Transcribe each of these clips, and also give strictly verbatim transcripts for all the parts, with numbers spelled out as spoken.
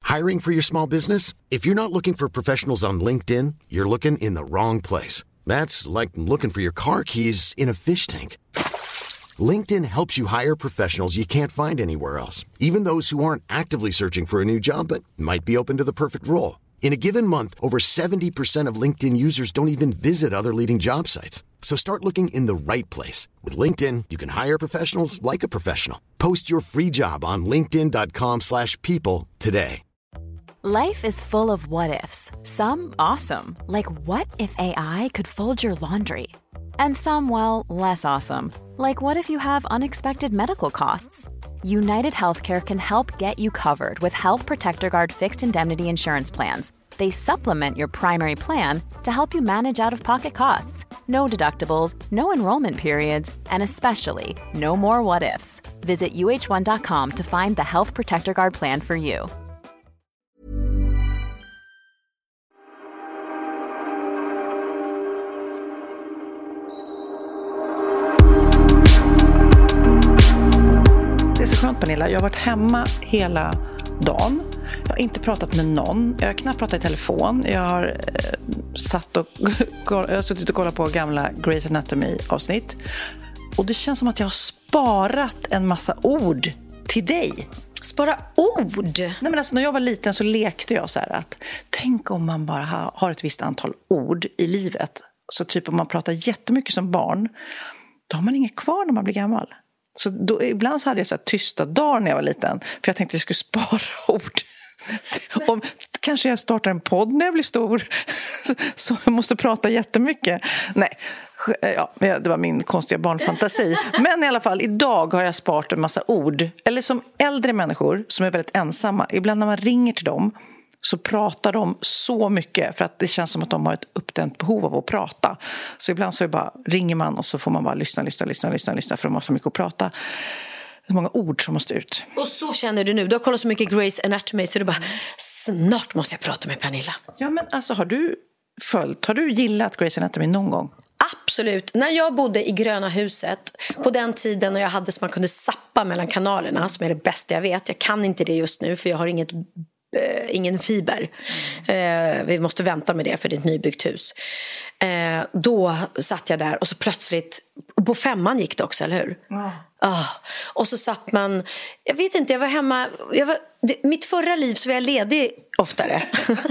Hiring for your small business? If you're not looking for professionals on LinkedIn, you're looking in the wrong place. That's like looking for your car keys in a fish tank. LinkedIn helps you hire professionals you can't find anywhere else, even those who aren't actively searching for a new job but might be open to the perfect role. In a given month, over seventy percent of LinkedIn users don't even visit other leading job sites. So start looking in the right place. With LinkedIn, you can hire professionals like a professional. Post your free job on linkedin dot com slash people today. Life is full of what-ifs. Some awesome, like what if A I could fold your laundry? And some, well, less awesome, like what if you have unexpected medical costs? United Healthcare can help get you covered with Health Protector Guard fixed indemnity insurance plans. They supplement your primary plan to help you manage out-of-pocket costs. No deductibles, no enrollment periods, and especially no more what-ifs. Visit U H one dot com to find the Health Protector Guard plan for you. Det är så skönt, Pernilla. Jag har varit hemma hela dagen. Jag har inte pratat med någon. Jag har knappt pratat i telefon. Jag har, eh, satt och, jag har suttit och kollat på gamla Grey's Anatomy-avsnitt. Och det känns som att jag har sparat en massa ord till dig. Spara ord? Nej, men alltså, när jag var liten så lekte jag så här att tänk om man bara ha, har ett visst antal ord i livet. Så typ om man pratar jättemycket som barn, då har man inget kvar när man blir gammal. Så då, ibland så hade jag så här tysta dagar när jag var liten. För jag tänkte att jag skulle spara ord. Om, kanske jag startar en podd när jag blir stor. Så, så jag måste prata jättemycket. Nej, ja, det var min konstiga barnfantasi. Men i alla fall, idag har jag sparat en massa ord. Eller som äldre människor som är väldigt ensamma. Ibland när man ringer till dem så pratar de så mycket för att det känns som att de har ett uppdämt behov av att prata. Så ibland så är det bara, ringer man och så får man bara lyssna, lyssna, lyssna, lyssna, lyssna för de har så mycket att prata. Det är många ord som måste ut. Och så känner du nu. Du har kollat så mycket Grey's Anatomy så du bara, snart måste jag prata med Pernilla. Ja, men alltså har du följt, har du gillat Grey's Anatomy någon gång? Absolut. När jag bodde i Gröna huset, på den tiden när jag hade så man kunde zappa mellan kanalerna, som är det bästa jag vet. Jag kan inte det just nu för jag har inget ingen fiber. Eh, vi måste vänta med det för det är ett nybyggt hus. Eh, då satt jag där och så plötsligt, på femman gick det också, eller hur? Ja. Ah, och så satt man, jag vet inte, jag var hemma, jag var, det, mitt förra liv så var jag ledig oftare.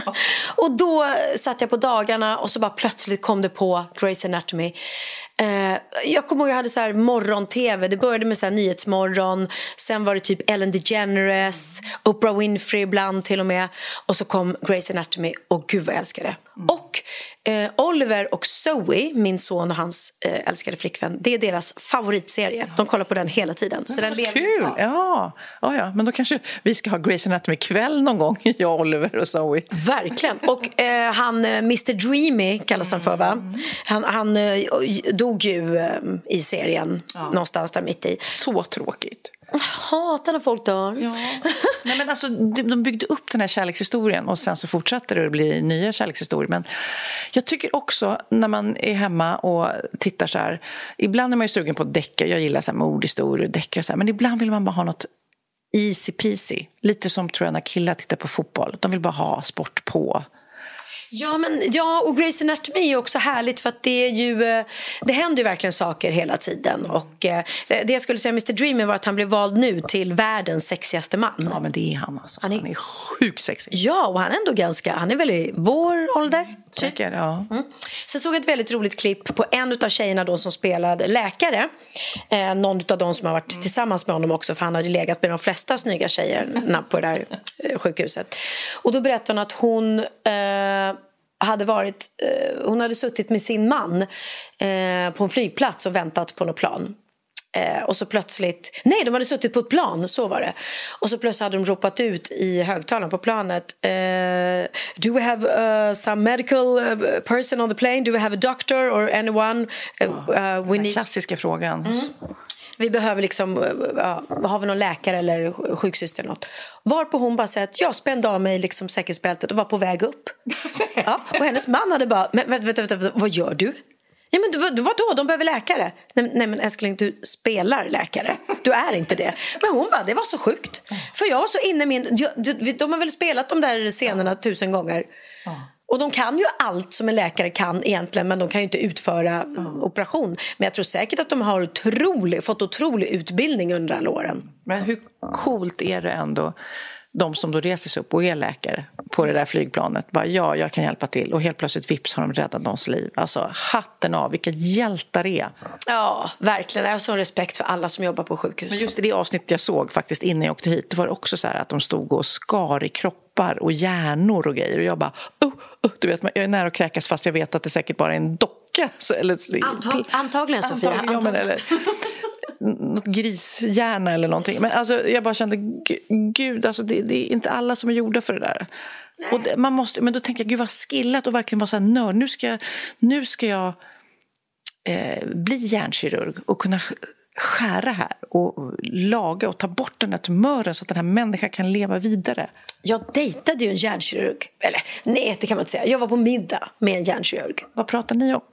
Och då satt jag på dagarna och så bara plötsligt kom det på Grey's Anatomy. Eh, jag kommer ihåg jag hade så här morgon-tv. Det började med så här nyhetsmorgon. Sen var det typ Ellen DeGeneres, Oprah Winfrey ibland till och med. Och så kom Grey's Anatomy. Och gud vad jag älskar det. Mm. Och eh, Oliver och Zoe, min son och hans eh, älskade flickvän, det är deras favoritserie. De kollar på den hela tiden. Så den lever. Kul! Ja. Ja, ja, men då kanske vi ska ha Grey's Anatomy kväll någon gång. Jag, Oliver och Zoe. Verkligen. Och eh, han, mister Dreamy kallas han för, va? Han, han eh, dog ju eh, i serien ja. Någonstans där mitt i. Så tråkigt. Hatar när folk dör. Ja. Nej, men alltså, de byggde upp den här kärlekshistorien och sen så fortsatte det att bli nya kärlekshistorier. Men jag tycker också när man är hemma och tittar så här, ibland är man ju sugen på deckar. Jag gillar så här mordhistorier och deckar så här, men ibland vill man bara ha något easy peasy. Lite som tror jag när killar tittar på fotboll. De vill bara ha sport på. Ja, men, ja, och Grey's Anatomy är också härligt för att det är ju, det händer ju verkligen saker hela tiden. Och eh, det jag skulle säga mister Dreamy var att han blev vald nu till världens sexigaste man. Ja, men det är han alltså. Han är, han är sjukt sexig. Ja, och han är ändå ganska, han är väl i vår ålder. Mm, säkert, ja. Mm. Sen såg jag ett väldigt roligt klipp på en av tjejerna då som spelade läkare. Eh, någon av dem som har varit mm. tillsammans med honom också, för han hade legat med de flesta snygga tjejerna på det där eh, sjukhuset. Och då berättade hon att hon... Eh, hade varit, eh, hon hade suttit med sin man eh, på en flygplats och väntat på något plan. Eh, och så plötsligt, nej de hade suttit på ett plan, så var det. Och så plötsligt hade de ropat ut i högtalaren på planet, eh, do we have uh, some medical uh, person on the plane? Do we have a doctor or anyone? Uh, uh, we Den need... klassiska frågan. Mm. Vi behöver liksom, ja, har vi någon läkare eller sjuksyster eller något. Varpå hon bara säger att jag spände av mig liksom säkerhetsbältet och var på väg upp. Ja, och hennes man hade bara, men vänta, vänta, vänta, vad gör du? Ja, men vad, vadå? De behöver läkare. Nej, nej men älskling, du spelar läkare. Du är inte det. Men hon bara, det var så sjukt. För jag var så inne i min... De, de har väl spelat de där scenerna tusen gånger. Och de kan ju allt som en läkare kan egentligen, men de kan ju inte utföra mm. operation. Men jag tror säkert att de har otrolig, fått otrolig utbildning under alla åren. Men hur coolt är det ändå, de som då reser sig upp och är läkare på det där flygplanet, bara ja, jag kan hjälpa till, och helt plötsligt vips har de räddat någons liv. Alltså hatten av, vilka hjältar det är. Ja, verkligen. Jag har så respekt för alla som jobbar på sjukhus. Men just i det avsnittet jag såg faktiskt innan jag åkte hit, det var också så här att de stod och skar i kroppar och hjärnor och grejer, och jag bara, oh, oh, du vet, jag är nära att kräkas fast jag vet att det säkert bara är en docka. Så, eller, Antag, antagligen, Sofia. Antagligen, ja, men, eller, något grishjärna eller någonting. Men alltså, jag bara kände, gud, alltså, det, det är inte alla som är gjorda för det där. Och det, man måste, men då tänker jag, gud vad skillat och verkligen vara så här nörd. Nu ska, nu ska jag eh, bli hjärnkirurg och kunna skära här och laga och ta bort den här tumören så att den här människan kan leva vidare. Jag dejtade ju en hjärnkirurg. Eller nej, det kan man inte säga. Jag var på middag med en hjärnkirurg. Vad pratar ni om?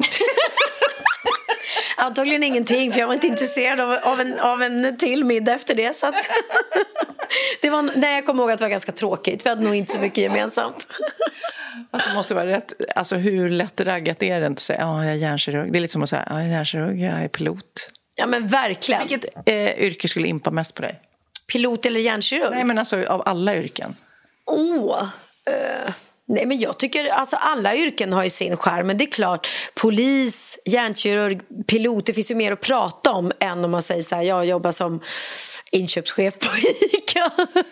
Antagligen ingenting, för jag var inte intresserad av, av, en, av en till middag efter det. Så att det var, nej, jag kommer ihåg att det var ganska tråkigt. Vi hade nog inte så mycket gemensamt. Fast det måste vara rätt. Alltså hur lätt raggat är det inte att säga, ja, jag är hjärnkirurg. Det är lite som att säga, ja, jag är hjärnkirurg, jag är pilot. Ja, men verkligen. Vilket eh, yrke skulle impa mest på dig? Pilot eller hjärnkirurg? Nej, men alltså av alla yrken. Åh, oh, uh, nej men jag tycker, alltså alla yrken har ju sin charm, men det är klart, polis, hjärnkirurg, pilot, det finns ju mer att prata om än om man säger så här, jag jobbar som inköpschef på ICA.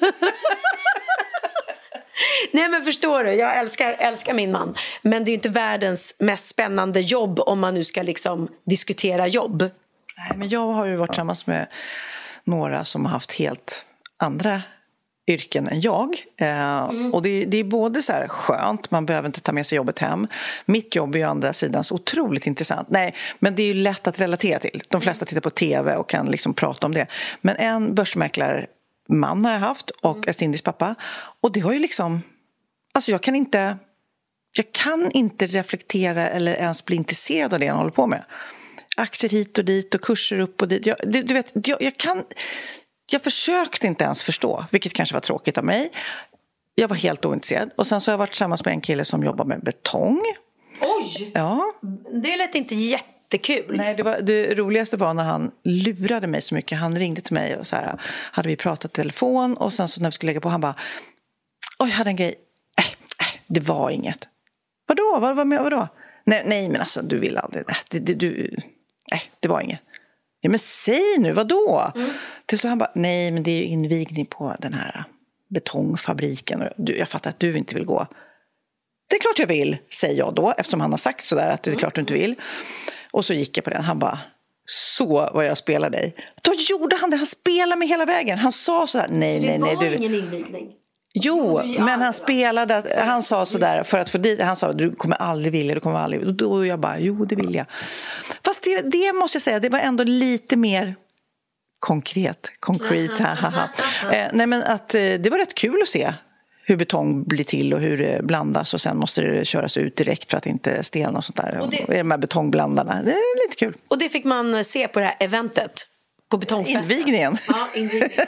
Nej, men förstår du, jag älskar, älskar min man, men det är ju inte världens mest spännande jobb om man nu ska liksom diskutera jobb. Nej, men jag har ju varit tillsammans med några som har haft helt andra yrken än jag. Mm. Och det, det är både så här skönt, man behöver inte ta med sig jobbet hem. Mitt jobb är ju andra sidan så otroligt intressant. Nej, men det är ju lätt att relatera till. De flesta tittar på tv och kan liksom prata om det. Men en börsmäklarman har jag haft och mm. Estindis pappa. Och det var ju liksom, alltså jag kan inte jag kan inte reflektera eller ens bli intresserad av det han håller på med. Aktier hit och dit och kurser upp och dit. Jag, du, du vet, jag, jag kan... Jag försökte inte ens förstå, vilket kanske var tråkigt av mig. Jag var helt ointresserad. Och sen så har jag varit tillsammans med en kille som jobbar med betong. Oj! Ja. Det lät inte jättekul. Nej, det, var, det roligaste var när han lurade mig så mycket. Han ringde till mig och så här, hade vi pratat telefon. Och sen så när vi skulle lägga på, han bara, oj, jag hade en grej. Nej, äh, äh, det var inget. Vadå? Vad var med? Vadå? Nej, nej, men alltså, du vill aldrig. Äh, det, det, du, nej, det var inget. Ja, men säg nu, vadå? Mm. Till slut han bara, nej, men det är ju invigning på den här betongfabriken. Och du, jag fattar att du inte vill gå. Det är klart jag vill, säger jag då, eftersom han har sagt sådär att det är klart du inte vill. Och så gick jag på den. Han bara, så vad jag spelar dig. Då gjorde han det, han spelade mig hela vägen. Han sa sådär, nej, nej, nej. Det var du... ingen invigning. Jo, men han spelade, han sa sådär för att få dit, han sa, du kommer aldrig vilja, du kommer aldrig vilja. Och då jag bara, jo, det vill jag. Fast det, det måste jag säga, det var ändå lite mer konkret, konkret. eh, nej, men att eh, det var rätt kul att se hur betong blir till och hur det blandas, och sen måste det köras ut direkt för att inte stelna och sånt där. Och det, och de här betongblandarna, det är lite kul. Och det fick man se på det här eventet. På betongfesten. Invigningen. Ja, invigningen.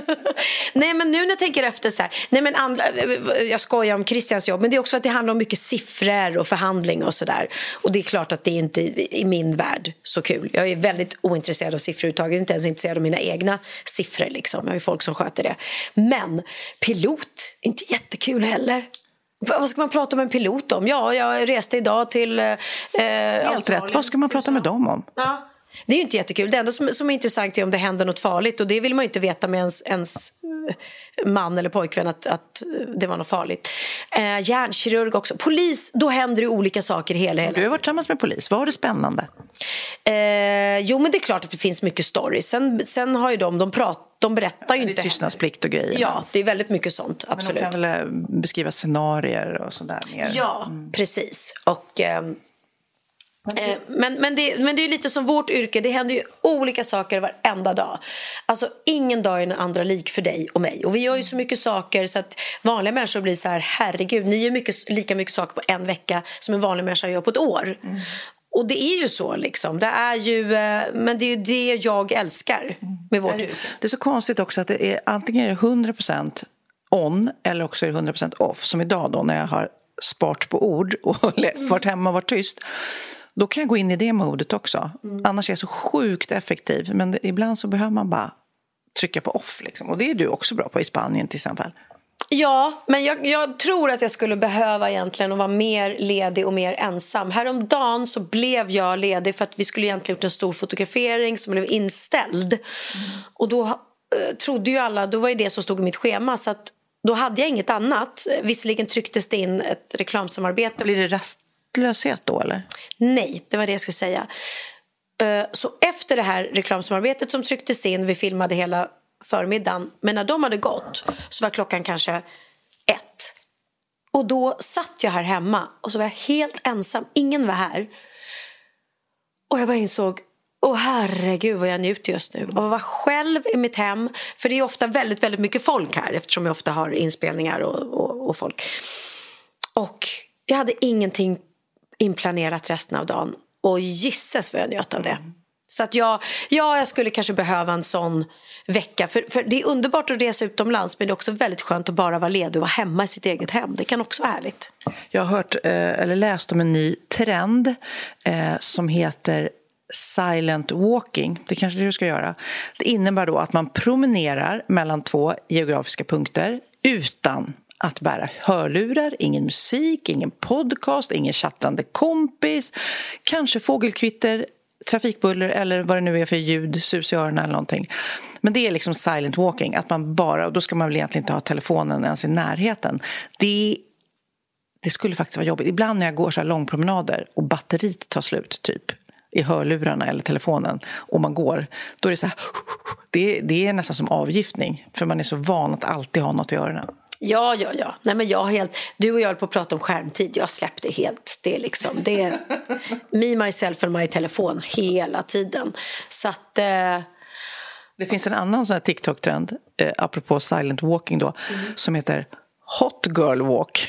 Nej, men nu när jag tänker efter så här, nej, men andra, jag skojar om Christians jobb, men det är också för att det handlar om mycket siffror och förhandling och sådär. Och det är klart att det är inte i min värld så kul. Jag är väldigt ointresserad av siffror uttaget, inte ens intresserad av mina egna siffror liksom. Jag har ju folk som sköter det. Men pilot, inte jättekul heller. Vad ska man prata med en pilot om? Ja, jag reste idag till eh, Helt rätt. Vad ska man prata med dem om? Ja. Det är ju inte jättekul. Det enda som, som är intressant är om det händer något farligt. Och det vill man ju inte veta med ens, ens man eller pojkvän att, att det var något farligt. Eh, hjärnkirurg också. Polis, då händer det olika saker hela hela. Du har varit tillsammans med polis. Vad var det spännande? Eh, jo, men det är klart att det finns mycket stories. Sen, sen har ju de, de pratar, de berättar ju det är inte. Tystnadsplikt och grejer. Ja, det är väldigt mycket sånt, absolut. Men de kan väl beskriva scenarier och sådär mer. Ja, mm. precis. Och... Eh, Men, men, det, men det är lite som vårt yrke. Det händer ju olika saker varenda dag. Alltså ingen dag är en andra lik för dig och mig. Och vi gör ju så mycket saker så att vanliga människor blir så här, herregud, ni gör mycket, lika mycket saker på en vecka som en vanlig människa gör på ett år. Mm. Och det är ju så liksom. Det är ju, men det är ju det jag älskar med vårt yrke. Det är så konstigt också att det är antingen är det hundra procent on eller också är det hundra procent off. Som idag då när jag har spart på ord och varit hemma och varit tyst. Då kan jag gå in i det modet också. Mm. Annars är jag så sjukt effektiv. Men ibland så behöver man bara trycka på off liksom. Och det är du också bra på i Spanien till exempel. Ja, men jag, jag tror att jag skulle behöva egentligen att vara mer ledig och mer ensam. Häromdagen så blev jag ledig för att vi skulle egentligen gjort en stor fotografering som blev inställd. Mm. Och då eh, trodde ju alla, då var det det som stod i mitt schema, så att då hade jag inget annat. Visserligen trycktes det in ett reklamsamarbete. Blir det rastlöshet då eller? Nej, det var det jag skulle säga. Eh, så efter det här reklamsamarbetet som trycktes in, vi filmade hela förmiddagen, men när de hade gått så var klockan kanske ett. Och då satt jag här hemma och så var jag helt ensam, ingen var här. Och jag bara insåg, åh herregud vad jag njuter just nu. Och vara själv i mitt hem, för det är ofta väldigt, väldigt mycket folk här eftersom jag ofta har inspelningar och, och, och folk. Och jag hade ingenting inplanerat resten av dagen. Och gisses vad jag njöt av det. Så att jag, ja, jag skulle kanske behöva en sån vecka. För, för det är underbart att resa utomlands, men det är också väldigt skönt att bara vara ledig och vara hemma i sitt eget hem. Det kan också vara härligt. Jag har hört, eller läst om en ny trend eh, som heter silent walking. Det är kanske det du ska göra. Det innebär då att man promenerar mellan två geografiska punkter utan att bära hörlurar, ingen musik, ingen podcast, ingen chattrande kompis, kanske fågelkvitter, trafikbuller eller vad det nu är för ljud, sus i öronen eller någonting. Men det är liksom silent walking, att man bara, och då ska man väl egentligen inte ha telefonen ens i närheten. Det, det skulle faktiskt vara jobbigt. Ibland när jag går så här långpromenader och batteriet tar slut typ i hörlurarna eller telefonen och man går, då är det så här, det, det är nästan som avgiftning för man är så van att alltid ha något i öronen. Ja, ja, ja. Nej, men jag helt, du och jag håller på att prata om skärmtid. Jag släppte helt. Det är liksom, det är me, myself and my telefon hela tiden. Så att... Eh... Det finns en annan sån här TikTok-trend, eh, apropå silent walking då, mm. som heter Hot Girl Walk.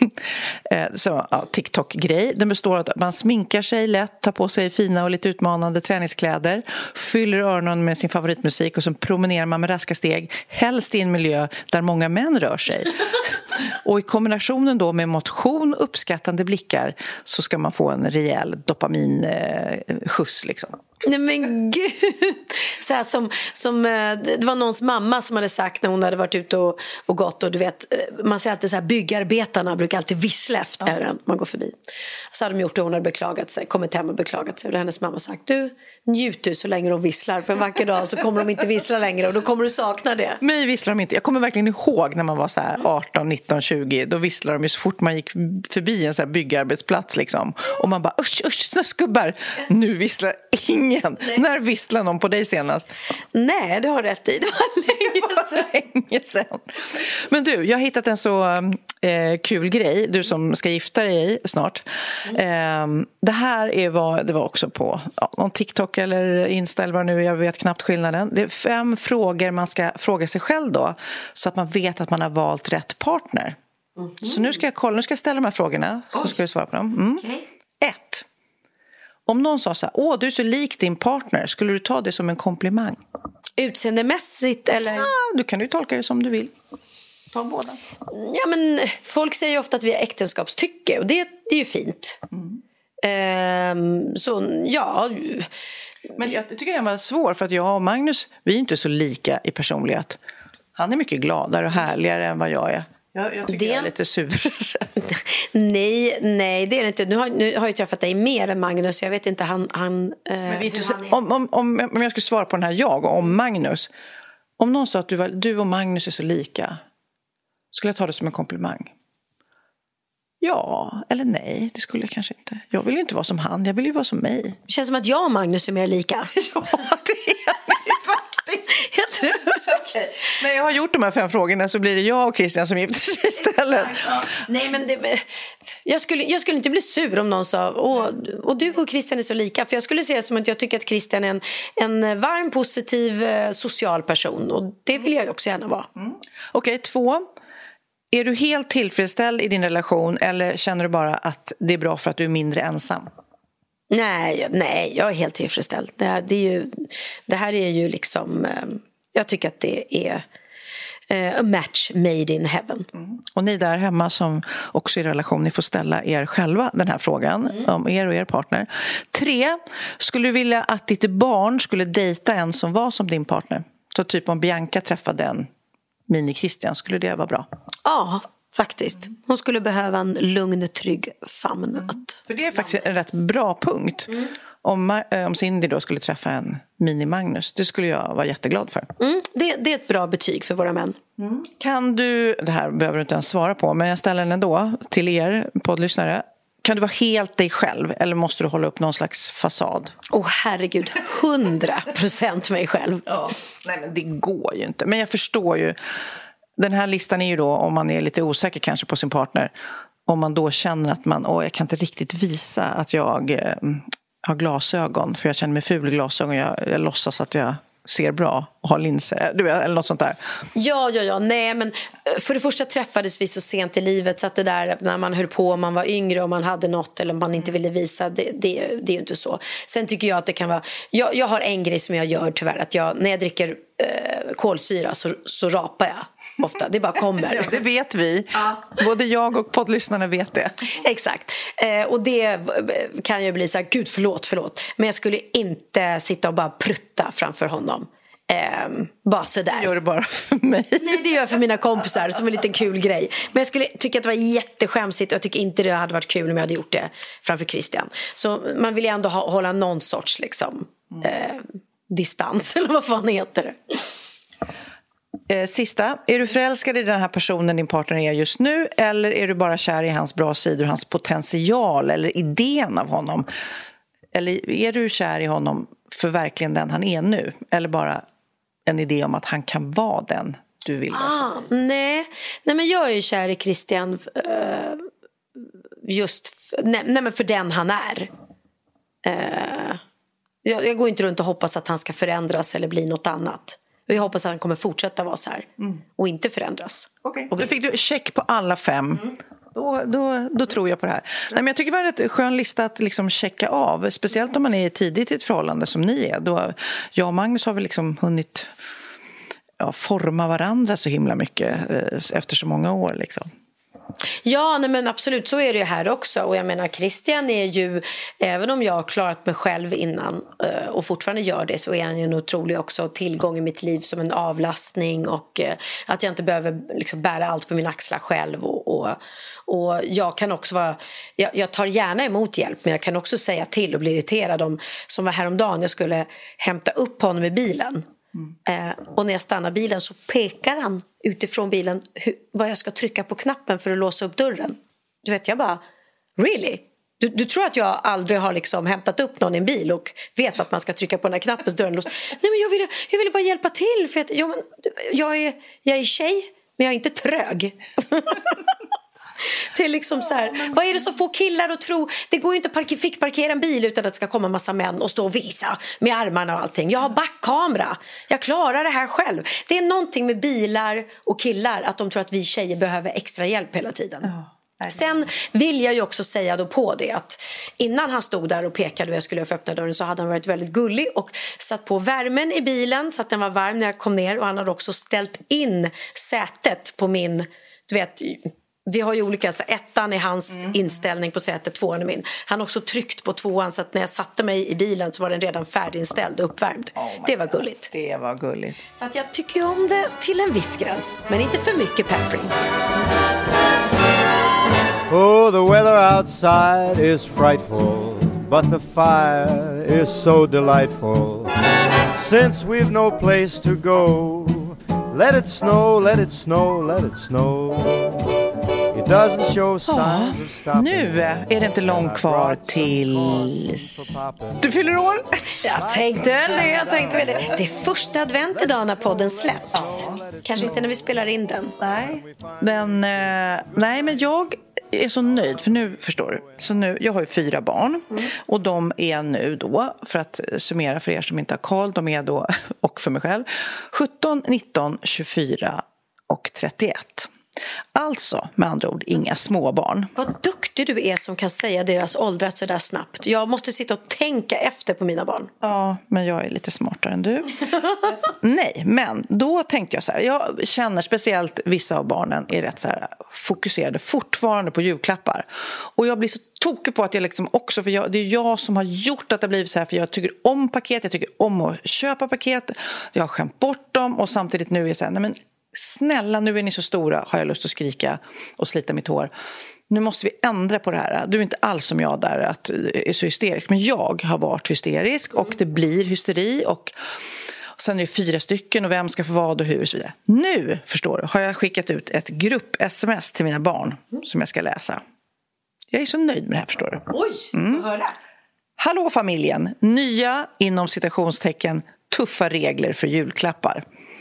Så, ja, TikTok-grej. Den består av att man sminkar sig lätt, tar på sig fina och lite utmanande träningskläder, fyller öronen med sin favoritmusik och så promenerar man med raska steg, helst i en miljö där många män rör sig. Och i kombinationen då med motion och uppskattande blickar så ska man få en rejäl dopaminskjuts liksom. Nej men gud. Så här som, som, det var någons mamma som hade sagt när hon hade varit ute och, och gått, och du vet, man säger alltid så här, byggarbetarna brukar alltid vissla efter ja. man går förbi. Så hade de gjort det, hon hade beklagat sig, kommit hem och beklagat sig, och hennes mamma sagt, du njuter så länge de visslar, för en vacker dag så kommer de inte vissla längre och då kommer du sakna det. Mig visslar de inte. Jag kommer verkligen ihåg när man var så här arton, nitton, tjugo, då visslar de ju så fort man gick förbi en så här byggarbetsplats liksom. Och man bara, usch, usch, snöskubbar. Nu visslar ingen. Nej. När visslade någon på dig senast? Nej, det har rätt i. Det var länge sedan. länge sedan. Men du, jag har hittat en så eh, kul grej. Du som ska gifta dig snart. Mm. Eh, det här är vad det var också på ja, någon TikTok eller Insta eller vad nu. Jag vet knappt skillnaden. Det är fem frågor man ska fråga sig själv då. Så att man vet att man har valt rätt partner. Mm. Så nu ska jag kolla. Nu ska jag ställa de här frågorna. Så Oj. ska du svara på dem. Mm. Okay. Ett. Om någon sa så här, åh du är så lik din partner, skulle du ta det som en komplimang? Utseendemässigt eller? Ja, du kan ju tolka det som du vill. Ta båda. Ja, men folk säger ju ofta att vi är äktenskapstycke, och det, det är ju fint. Mm. Ehm, så ja. Men jag tycker den var svår, för att jag och Magnus, vi är inte så lika i personlighet. Han är mycket gladare och härligare än vad jag är. Jag, jag tycker det... jag är lite sur. nej, nej, det är det inte. Nu har, nu har jag träffat dig mer än Magnus. Jag vet inte, han... han, Men vet du, han om, om, om, om jag skulle svara på den här jag och om Magnus. Om någon sa att du, var, du och Magnus är så lika, skulle jag ta det som en komplimang? Ja, eller nej, det skulle jag kanske inte. Jag vill ju inte vara som han, jag vill ju vara som mig. Det känns som att jag och Magnus är mer lika. Ja, det är faktiskt. Jag tror. Okay. När jag har gjort de här fem frågorna så blir det jag och Christian som gifter sig istället. Ja. Nej, men det, jag, skulle, jag skulle inte bli sur om någon sa Åh, och du och Christian är så lika. För jag skulle säga som att jag tycker att Christian är en, en varm, positiv, social person. Och det vill jag ju också gärna vara. Mm. Okej, okay, två. Är du helt tillfredsställd i din relation, eller känner du bara att det är bra för att du är mindre ensam? Nej, nej, jag är helt tillfredsställd. Det här, det är ju, det här är ju liksom... Jag tycker att det är a match made in heaven. Mm. Och ni där hemma som också är i relation, ni får ställa er själva den här frågan mm. om er och er partner. Tre, skulle du vilja att ditt barn skulle dejta en som var som din partner? Så typ om Bianca träffade en mini-Christian, skulle det vara bra? Ja, faktiskt. Hon skulle behöva en lugn, trygg famn. Att... För det är faktiskt en rätt bra punkt. Mm. Om, om Cindy då skulle träffa en mini-Magnus, det skulle jag vara jätteglad för. Mm, det, det är ett bra betyg för våra män. Mm. Kan du, det här behöver du inte ens svara på, men jag ställer den ändå till er poddlyssnare. Kan du vara helt dig själv eller måste du hålla upp någon slags fasad? Åh oh, herregud, hundra procent mig själv. Ja. Nej men det går ju inte. Men jag förstår ju, den här listan är ju då om man är lite osäker kanske på sin partner. Om man då känner att man, åh jag kan inte riktigt visa att jag eh, har glasögon. För jag känner mig ful i glasögon, jag, jag låtsas att jag ser bra och har linser, du vet, eller något sånt där. Ja, ja, ja, nej men för det första träffades vi så sent i livet så att det där när man höll på, man var yngre och man hade något eller man inte ville visa, det, det, det är ju inte så. Sen tycker jag att det kan vara, jag, jag har en grej som jag gör tyvärr, att jag, när jag dricker eh, kolsyra så, så rapar jag ofta, det bara kommer. Ja, det vet vi, ja. Både jag och poddlyssnarna vet det. Exakt, eh, och det kan ju bli så här, gud förlåt, förlåt, men jag skulle inte sitta och bara prutta framför honom. Um, bara sådär. Gör det bara för mig. Nej, det gör jag för mina kompisar som en liten kul grej. Men jag skulle tycka att det var jätteskämsigt. Och jag tycker inte det hade varit kul om jag hade gjort det framför Christian. Så man vill ju ändå ha, hålla någon sorts liksom, eh, distans. Eller vad fan heter det? eh, Sista, är du förälskad i den här personen din partner är just nu? Eller är du bara kär i hans bra sidor, hans potential eller idén av honom? Eller är du kär i honom för verkligen den han är nu? Eller bara en idé om att han kan vara den du vill vara? Ah, nej. nej, men jag är ju kär i Christian uh, just f- nej, nej, men för den han är. Uh, jag, jag går inte runt och hoppas att han ska förändras eller bli något annat. Jag hoppas att han kommer fortsätta vara så här mm. och inte förändras. Okej, okay. Då fick du check på alla fem. Mm. Då, då, då tror jag på det här. Nej, men jag tycker det var en skön lista att liksom checka av. Speciellt om man är tidigt i ett förhållande som ni är. Då, jag och Magnus har väl liksom hunnit ja, forma varandra så himla mycket eh, efter så många år. Liksom. Ja, nej, men absolut, så är det ju här också. Och jag menar, Christian är ju, även om jag har klarat mig själv innan eh, och fortfarande gör det, så är han ju en otrolig också tillgång i mitt liv som en avlastning och eh, att jag inte behöver liksom bära allt på min axlar själv och, och, och jag kan också vara, jag, jag tar gärna emot hjälp, men jag kan också säga till och bli irriterad om, som var häromdagen, jag skulle hämta upp honom i bilen. Mm. Eh, och när jag stannar bilen så pekar han utifrån bilen hur, vad jag ska trycka på knappen för att låsa upp dörren. Du vet, jag bara, really? Du, du tror att jag aldrig har liksom hämtat upp någon i en bil och vet att man ska trycka på den här knappen så dörren lås? Nej, men jag ville, jag ville bara hjälpa till för att jag, men, jag, är, jag är tjej, men jag är inte trög. Det är liksom så här, vad är det som får killar att tro, det går ju inte att park- fick parkera en bil utan att det ska komma en massa män och stå och visa med armarna och allting. Jag har backkamera, jag klarar det här själv. Det är någonting med bilar och killar att de tror att vi tjejer behöver extra hjälp hela tiden. Oh. Sen vill jag ju också säga då på det att innan han stod där och pekade och jag skulle få öppna dörren så hade han varit väldigt gullig och satt på värmen i bilen så att den var varm när jag kom ner, och han hade också ställt in sätet på min, du vet, vi har ju olika, så ettan är hans mm. inställning på sätet, tvåan är min. Han har också tryckt på tvåan så att när jag satte mig i bilen så var den redan färdiginställd och uppvärmd. Oh det var gulligt. God. Det var gulligt. Så att jag tycker ju om det till en viss gräns, men inte för mycket pampering. Oh, the weather outside is frightful, but the fire is so delightful. Since we've no place to go, let it snow, let it snow, let it snow. Ja, nu är det inte långt kvar till du fyller år. Jag tänkte väl det, jag tänkte väl det. Det är första advent idag när podden släpps. Kanske inte när vi spelar in den. Nej, men, eh, nej, men jag är så nöjd, för nu förstår du. Så nu, jag har ju fyra barn mm. och de är nu då, för att summera för er som inte har koll, de är då, och för mig själv, sjutton, nitton, tjugofyra och trettioett. Alltså, med andra ord, inga småbarn. Vad duktig duktig du är som kan säga deras åldrar så där snabbt. Jag måste sitta och tänka efter på mina barn. Ja, men jag är lite smartare än du. Nej, men då tänkte jag så här. Jag känner speciellt vissa av barnen är rätt så här fokuserade fortfarande på julklappar. Och jag blir så tokig på att jag liksom också, för jag, det är jag som har gjort att det blivit så här, för jag tycker om paket, jag tycker om att köpa paket, jag har skämt bort dem och samtidigt nu är jag så här, nej men snälla, nu är ni så stora, har jag lust att skrika och slita mitt hår. Nu måste vi ändra på det här. Du är inte alls som jag där att är så hysterisk, men jag har varit hysterisk och det blir hysteri och sen är det fyra stycken och vem ska få vad och hur och så vidare. Nu, förstår du, har jag skickat ut ett grupp-sms till mina barn som jag ska läsa. Jag är så nöjd med det här, förstår du. Oj, mm. få höra. Hallå familjen, nya inom citationstecken tuffa regler för julklappar.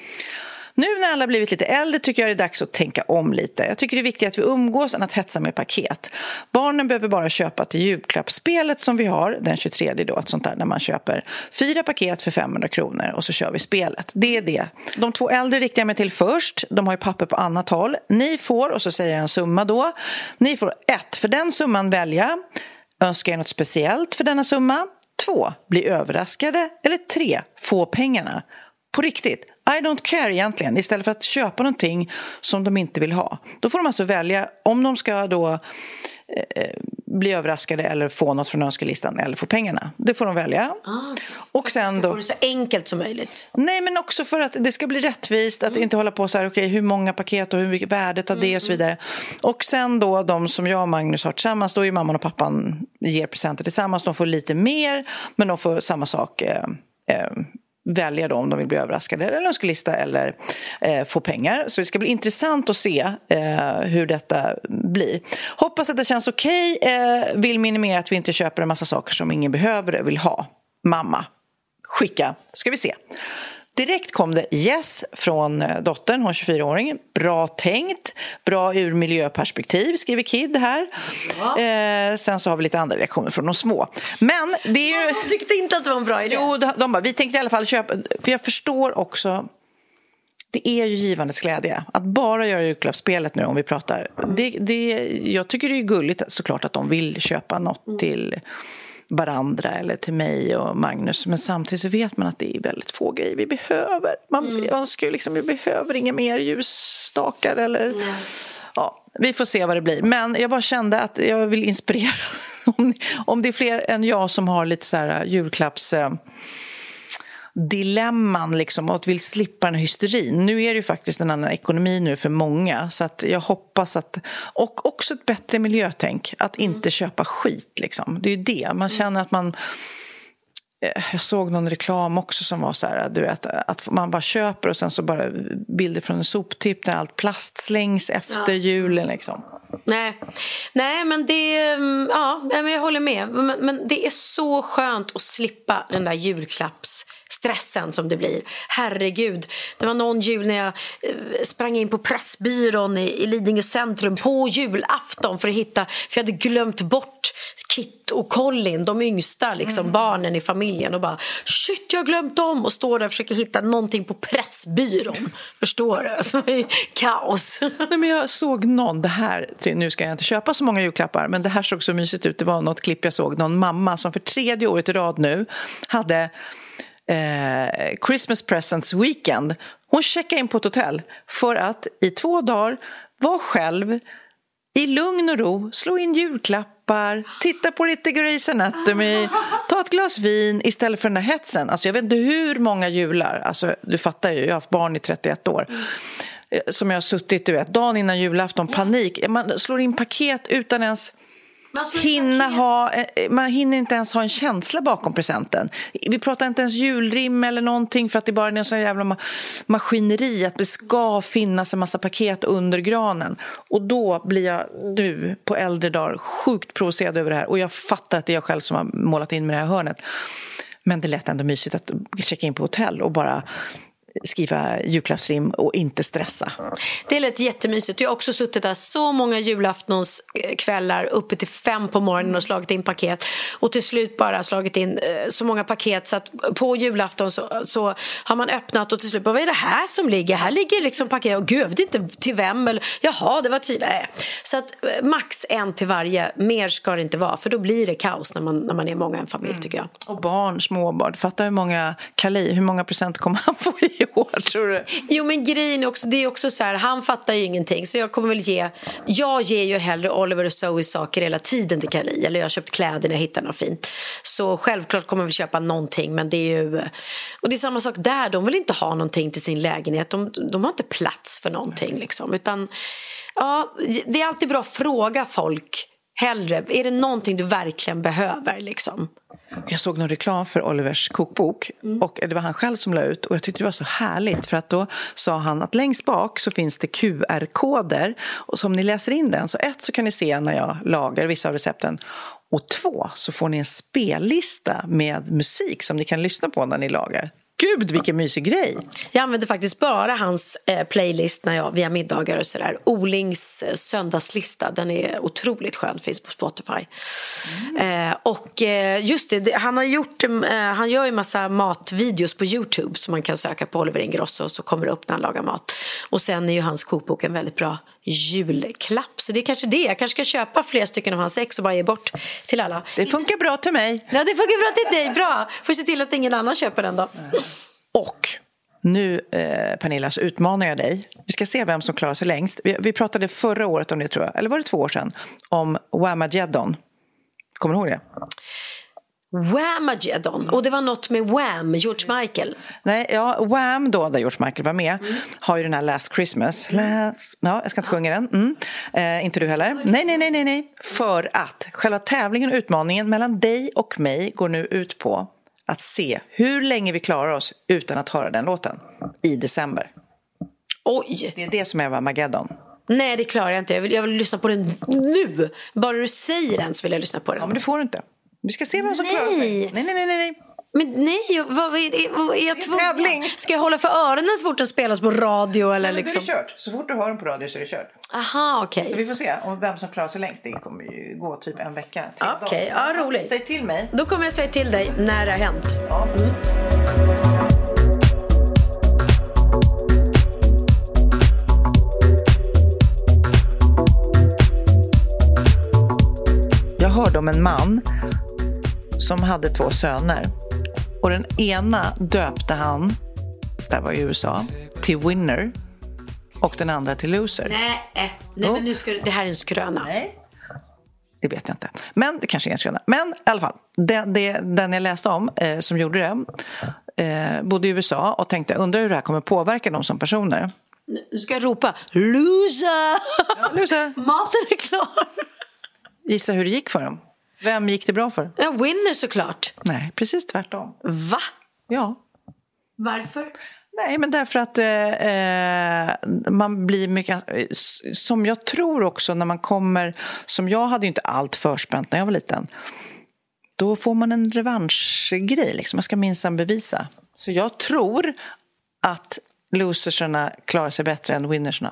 Nu när alla blivit lite äldre tycker jag det är dags att tänka om lite. Jag tycker det är viktigt att vi umgås än att hetsa med paket. Barnen behöver bara köpa till julklappsspelet som vi har den tjugotredje då, ett sånt där när man köper fyra paket för femhundra kronor och så kör vi spelet. Det är det. De två äldre riktar jag mig till först. De har ju papper på annat håll. Ni får, och så säger jag en summa då. Ni får ett, för den summan välja. Önskar jag något speciellt för denna summa? Två, bli överraskade. Eller tre, få pengarna. På riktigt, I don't care egentligen. Istället för att köpa någonting som de inte vill ha. Då får de alltså välja om de ska då eh, bli överraskade eller få något från önskelistan eller få pengarna. Det får de välja. Ah, okay. Och sen då... får det så enkelt som möjligt. Nej, men också för att det ska bli rättvist. Att mm. inte hålla på så här, okej, okay, hur många paket och hur mycket värdet av det mm. och så vidare. Och sen då, de som jag och Magnus har tillsammans, då är mamman och pappan ger presenter tillsammans. De får lite mer, men de får samma sak... Eh, eh, välja då om de vill bli överraskade eller önskelista eller eh, få pengar. Så det ska bli intressant att se eh, hur detta blir. Hoppas att det känns okej. Eh, vill minimera att vi inte köper en massa saker som ingen behöver eller vill ha. Mamma, skicka. Ska vi se. Direkt kom det yes från dottern, hon är tjugofyraåring. Bra tänkt, bra ur miljöperspektiv, skriver Kid här. Ja. Eh, sen så har vi lite andra reaktioner från de små. Men det är ju... De tyckte inte att det var en bra idé. Jo, de, de bara, vi tänkte i alla fall köpa... För jag förstår också... Det är ju givandets glädje. Att bara göra julklappsspelet nu om vi pratar. Det, det, jag tycker det är gulligt såklart att de vill köpa något mm. till... varandra eller till mig och Magnus, men samtidigt så vet man att det är väldigt få grejer vi behöver. Man mm. önskar ju liksom, vi behöver inga mer ljusstakar eller mm. ja, vi får se vad det blir. Men jag bara kände att jag vill inspirera om, om det är fler än jag som har lite så här julklapps dilemman liksom, och att vill slippa den hysterin. Nu är det ju faktiskt en annan ekonomi nu för många, så att jag hoppas att, och också ett bättre miljötänk, att inte mm. köpa skit liksom. Det är ju det, man känner att man, jag såg någon reklam också som var så här, du vet, att man bara köper och sen så bara bilder från en soptipp där allt plast slängs efter ja. julen liksom. Nej. Nej, men det, ja, jag håller med. Men, men det är så skönt att slippa den där julklappsstressen som det blir. Herregud, det var någon jul när jag sprang in på Pressbyrån i, i Lidingö centrum på julafton för att hitta, för jag hade glömt bort Kit och Colin, de yngsta liksom, mm. barnen i familjen, och bara shit, jag har glömt dem, och står där och försöker hitta någonting på Pressbyrån. Förstår du? Det är kaos. Nej, men jag såg någon, det här, nu ska jag inte köpa så många julklappar, men det här såg så mysigt ut. Det var något klipp jag såg, någon mamma som för tredje året i rad nu hade eh, Christmas Presents Weekend. Hon checkade in på ett hotell för att i två dagar vara själv i lugn och ro, slå in julklappar, titta på lite Grey's Anatomy, ta ett glas vin istället för den där hetsen. Alltså jag vet inte hur många jular, alltså du fattar ju, jag har haft barn i trettioett år, som jag har suttit, du vet, dagen innan julafton, panik. Man slår in paket utan ens hinna ha, man hinner inte ens ha en känsla bakom presenten. Vi pratar inte ens julrim eller någonting, för att det bara är en sån jävla ma- maskineri att det ska finnas en massa paket under granen. Och då blir jag nu på äldre dagar sjukt provocerad över det här. Och jag fattar att det är jag själv som har målat in med det här hörnet. Men det lät ändå mysigt att checka in på hotell och bara skriva julklappsrim och inte stressa. Det lät jättemysigt. Jag har också suttit där så många julaftonskvällar uppe till fem på morgonen och slagit in paket. Och till slut bara slagit in så många paket så att på julafton så, så har man öppnat och till slut bara, vad är det här som ligger? Här ligger liksom paket. Och gud, jag vet inte till vem. Eller, jaha, det var tydligt. Så att max en till varje. Mer ska det inte vara. För då blir det kaos när man, när man är många i en familj, mm. tycker jag. Och barn, småbarn. Fattar hur många Kali, hur många procent kommer han få i år, tror du? Jo, men grejen är också, det är också så här, han fattar ju ingenting. Så jag kommer väl ge, jag ger ju hellre Oliver och Zoe saker hela tiden till Kali. Eller jag har köpt kläder när jag hittar något fint. Så självklart kommer vi köpa någonting. Men det är ju, och det är samma sak där. De vill inte ha någonting till sin lägenhet. De, de har inte plats för någonting liksom. Utan, ja, det är alltid bra att fråga folk hellre. Är det någonting du verkligen behöver liksom? Jag såg någon reklam för Olivers kokbok mm. och det var han själv som la ut och jag tyckte det var så härligt för att då sa han att längst bak så finns det Q R-koder och så om ni läser in den så ett så kan ni se när jag lagar vissa av recepten och två så får ni en spellista med musik som ni kan lyssna på när ni lagar. Gud, vilken mysig grej. Jag använder faktiskt bara hans eh, playlist när jag via middagar och sådär. Olings eh, söndagslista, den är otroligt skön, finns på Spotify. Mm. Eh, och eh, just det, det, han har gjort, eh, han gör ju massa matvideos på YouTube som man kan söka på Oliver Ingrosso och så kommer det upp när han lagar mat. Och sen är ju hans kokbok en väldigt bra julklapp. Så det är kanske det. Jag kanske ska köpa flera stycken av hans ex och bara ge bort till alla. Det funkar bra till mig. Ja, det funkar bra till dig. Bra. Får se till att ingen annan köper den då. Och nu, eh, Pernilla, så utmanar jag dig. Vi ska se vem som klarar sig längst. Vi, vi pratade förra året om det, tror jag. Eller var det två år sedan? Om Whamageddon. Kommer du ihåg det? Whamageddon. Och det var något med Wham, George Michael. Nej, ja, Wham då, där George Michael var med, mm. har ju den här Last Christmas. Last... Ja, jag ska inte sjunga den. Mm. Eh, inte du heller? Nej, nej, nej, nej, nej. För att själva tävlingen och utmaningen mellan dig och mig går nu ut på att se hur länge vi klarar oss utan att höra den låten i december. Oj! Det är det som är Whamageddon. Nej, det klarar jag inte. Jag vill, jag vill lyssna på den nu. Bara du säger den så vill jag lyssna på den. Ja, men det får du inte. Vi ska se vem som klarar sig. Nej, nej, nej, nej. Men nej, vad är, det, vad är jag tvungen? Ska jag hålla för öronen så fort den spelas på radio? Eller nej, liksom? Det är kört. Så fort du hör den på radio så är det kört. Aha, okej. Okay. Så vi får se om vem som klarar sig längst. Det kommer ju gå typ en vecka. Okej, okay. Ja, roligt. Säg till mig. Då kommer jag säga till dig när det har hänt. Ja. Mm. Jag hörde om en man som hade två söner. Och den ena döpte han, där var i U S A, till Winner. Och den andra till Loser. Nej, nej oh. men nu ska det här är en skröna. Nej, det vet jag inte. Men det kanske är en skröna. Men i alla fall, den, den, den jag läste om eh, som gjorde det eh, bodde i U S A och tänkte, undrar hur det här kommer påverka dem som personer. Nu ska jag ropa, Loser! Ja, loser! Maten är klar! Gissa hur det gick för dem. Vem gick det bra för? Ja, Winner såklart. Nej, precis tvärtom. Va? Ja. Varför? Nej, men därför att eh, man blir mycket... Som jag tror också när man kommer... Som jag hade ju inte allt förspänt när jag var liten. Då får man en revanschgrej. Liksom. Man ska minsann bevisa. Så jag tror att loserserna klarar sig bättre än winnerserna.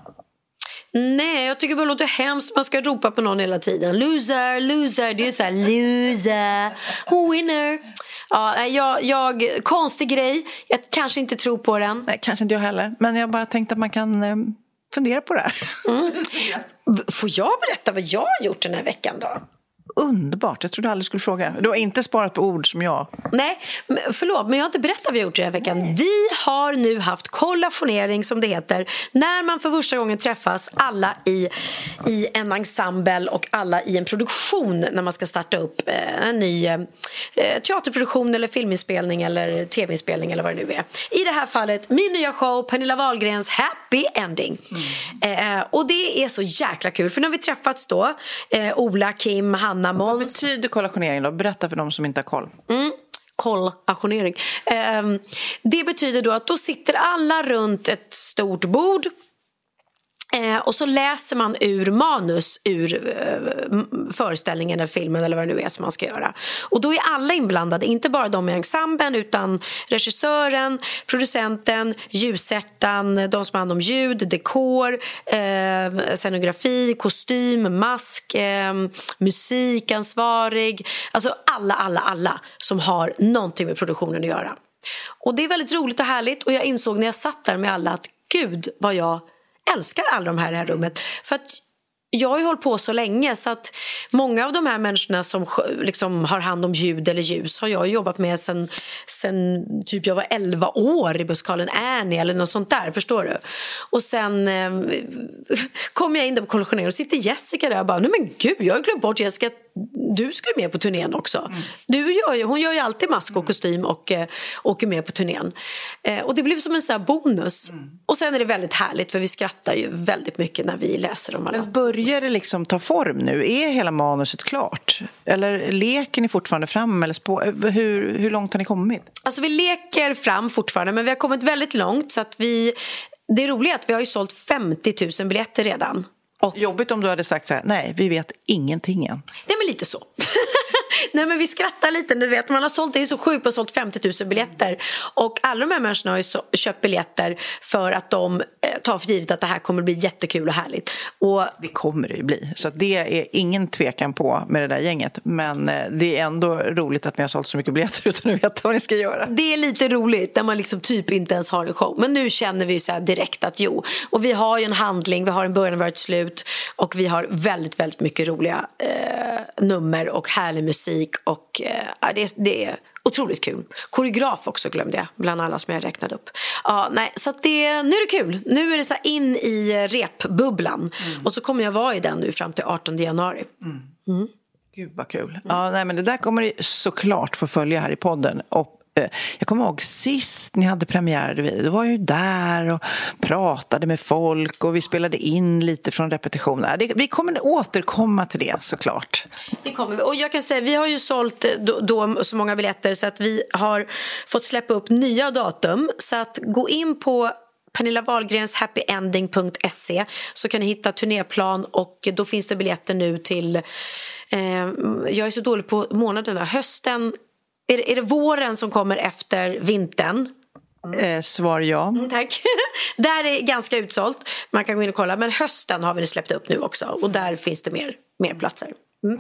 Nej, jag tycker bara det låter hemskt. Man ska ropa på någon hela tiden. Loser, loser. Det är ju så här, loser, winner. Ja, jag, jag, konstig grej. Jag kanske inte tror på den. Nej, kanske inte jag heller. Men jag bara tänkte att man kan eh, fundera på det här. Mm. Får jag berätta vad jag har gjort den här veckan då? Underbart, jag trodde aldrig skulle fråga. Du har inte sparat på ord som jag. Nej, förlåt, men jag har inte berättat vad vi har gjort den här veckan. Nej. Vi har nu haft kollationering, som det heter, när man för första gången träffas alla i, i en ensemble och alla i en produktion när man ska starta upp en ny eh, teaterproduktion eller filminspelning eller tv-inspelning eller vad det nu är. I det här fallet, min nya show, Pernilla Wahlgrens Happy Ending. Mm. Eh, och det är så jäkla kul, för när vi träffats då, eh, Ola, Kim, Hanna, vad betyder kollationering då? Berätta för de som inte har koll. Mm. Kollationering. Um, det betyder då att då sitter alla runt ett stort bord Eh, och så läser man ur manus ur eh, föreställningen eller filmen eller vad det nu är som man ska göra. Och då är alla inblandade, inte bara de i ensemblen utan regissören, producenten, ljussättaren, de som har hand om ljud, dekor, eh, scenografi, kostym, mask, eh, musikansvarig. Alltså alla, alla, alla som har någonting med produktionen att göra. Och det är väldigt roligt och härligt, och jag insåg när jag satt där med alla att gud vad jag älskar alla de här i det här rummet. För att jag har ju hållit på så länge så att många av de här människorna som liksom har hand om ljud eller ljus har jag jobbat med sen, sen typ jag var elva år i musikalen Annie eller något sånt där, förstår du? Och sen eh, kom jag in där på kollektioneringen och sitter Jessica där och bara, nej men gud, jag har glömt bort Jessica, du ska ju med på turnén också. Mm. Du gör ju, hon gör ju alltid mask och kostym och eh, åker med på turnén. Eh, och det blev som en sån här bonus. Mm. Och sen är det väldigt härligt för vi skrattar ju väldigt mycket när vi läser om alla. Men börjar det liksom ta form nu? Är hela manuset klart? Eller leker ni fortfarande fram? Eller spå- hur, hur långt har ni kommit? Alltså vi leker fram fortfarande, men vi har kommit väldigt långt så att vi... Det är roligt att vi har ju sålt femtio tusen biljetter redan. Och jobbigt om du hade sagt så här, nej, vi vet ingenting än. Nej, men lite så. Nej, men vi skrattar lite. Du vet, man har sålt, det är så sjukt, man har sålt femtio tusen biljetter. Och alla de här människorna har ju så, köpt biljetter för att de eh, tar för givet att det här kommer bli jättekul och härligt. Och det kommer det ju bli. Så att det är ingen tvekan på med det där gänget. Men eh, det är ändå roligt att ni har sålt så mycket biljetter utan att veta vad ni ska göra. Det är lite roligt när man liksom typ inte ens har en show. Men nu känner vi så här direkt att jo. Och vi har ju en handling, vi har en början och ett slut. Och vi har väldigt, väldigt mycket roliga eh, nummer och härlig musik. Och eh, det, det är otroligt kul. Koreograf också glömde jag, bland alla som jag räknade upp. Ja, nej, så att det, nu är det kul. Nu är det så här in i repbubblan. Mm. Och så kommer jag vara i den nu fram till artonde januari. Mm. Mm. Gud vad kul. Mm. Ja, nej, men det där kommer ni såklart få följa här i podden. Och jag kommer ihåg sist ni hade premiär, då var jag ju där och pratade med folk och vi spelade in lite från repetitioner. Det, vi kommer återkomma till det såklart. Det kommer vi. Och jag kan säga, vi har ju sålt då, då så många biljetter så att vi har fått släppa upp nya datum. Så att gå in på Pernilla Wahlgrens happy ending punkt se så kan ni hitta turnéplan och då finns det biljetter nu till eh, jag är så dålig på månaderna, hösten. Är det, är det våren som kommer efter vintern? Eh, svar ja. Mm, tack. Där är ganska utsålt. Man kan gå in och kolla. Men hösten har vi släppt upp nu också. Och där finns det mer, mer platser. Mm.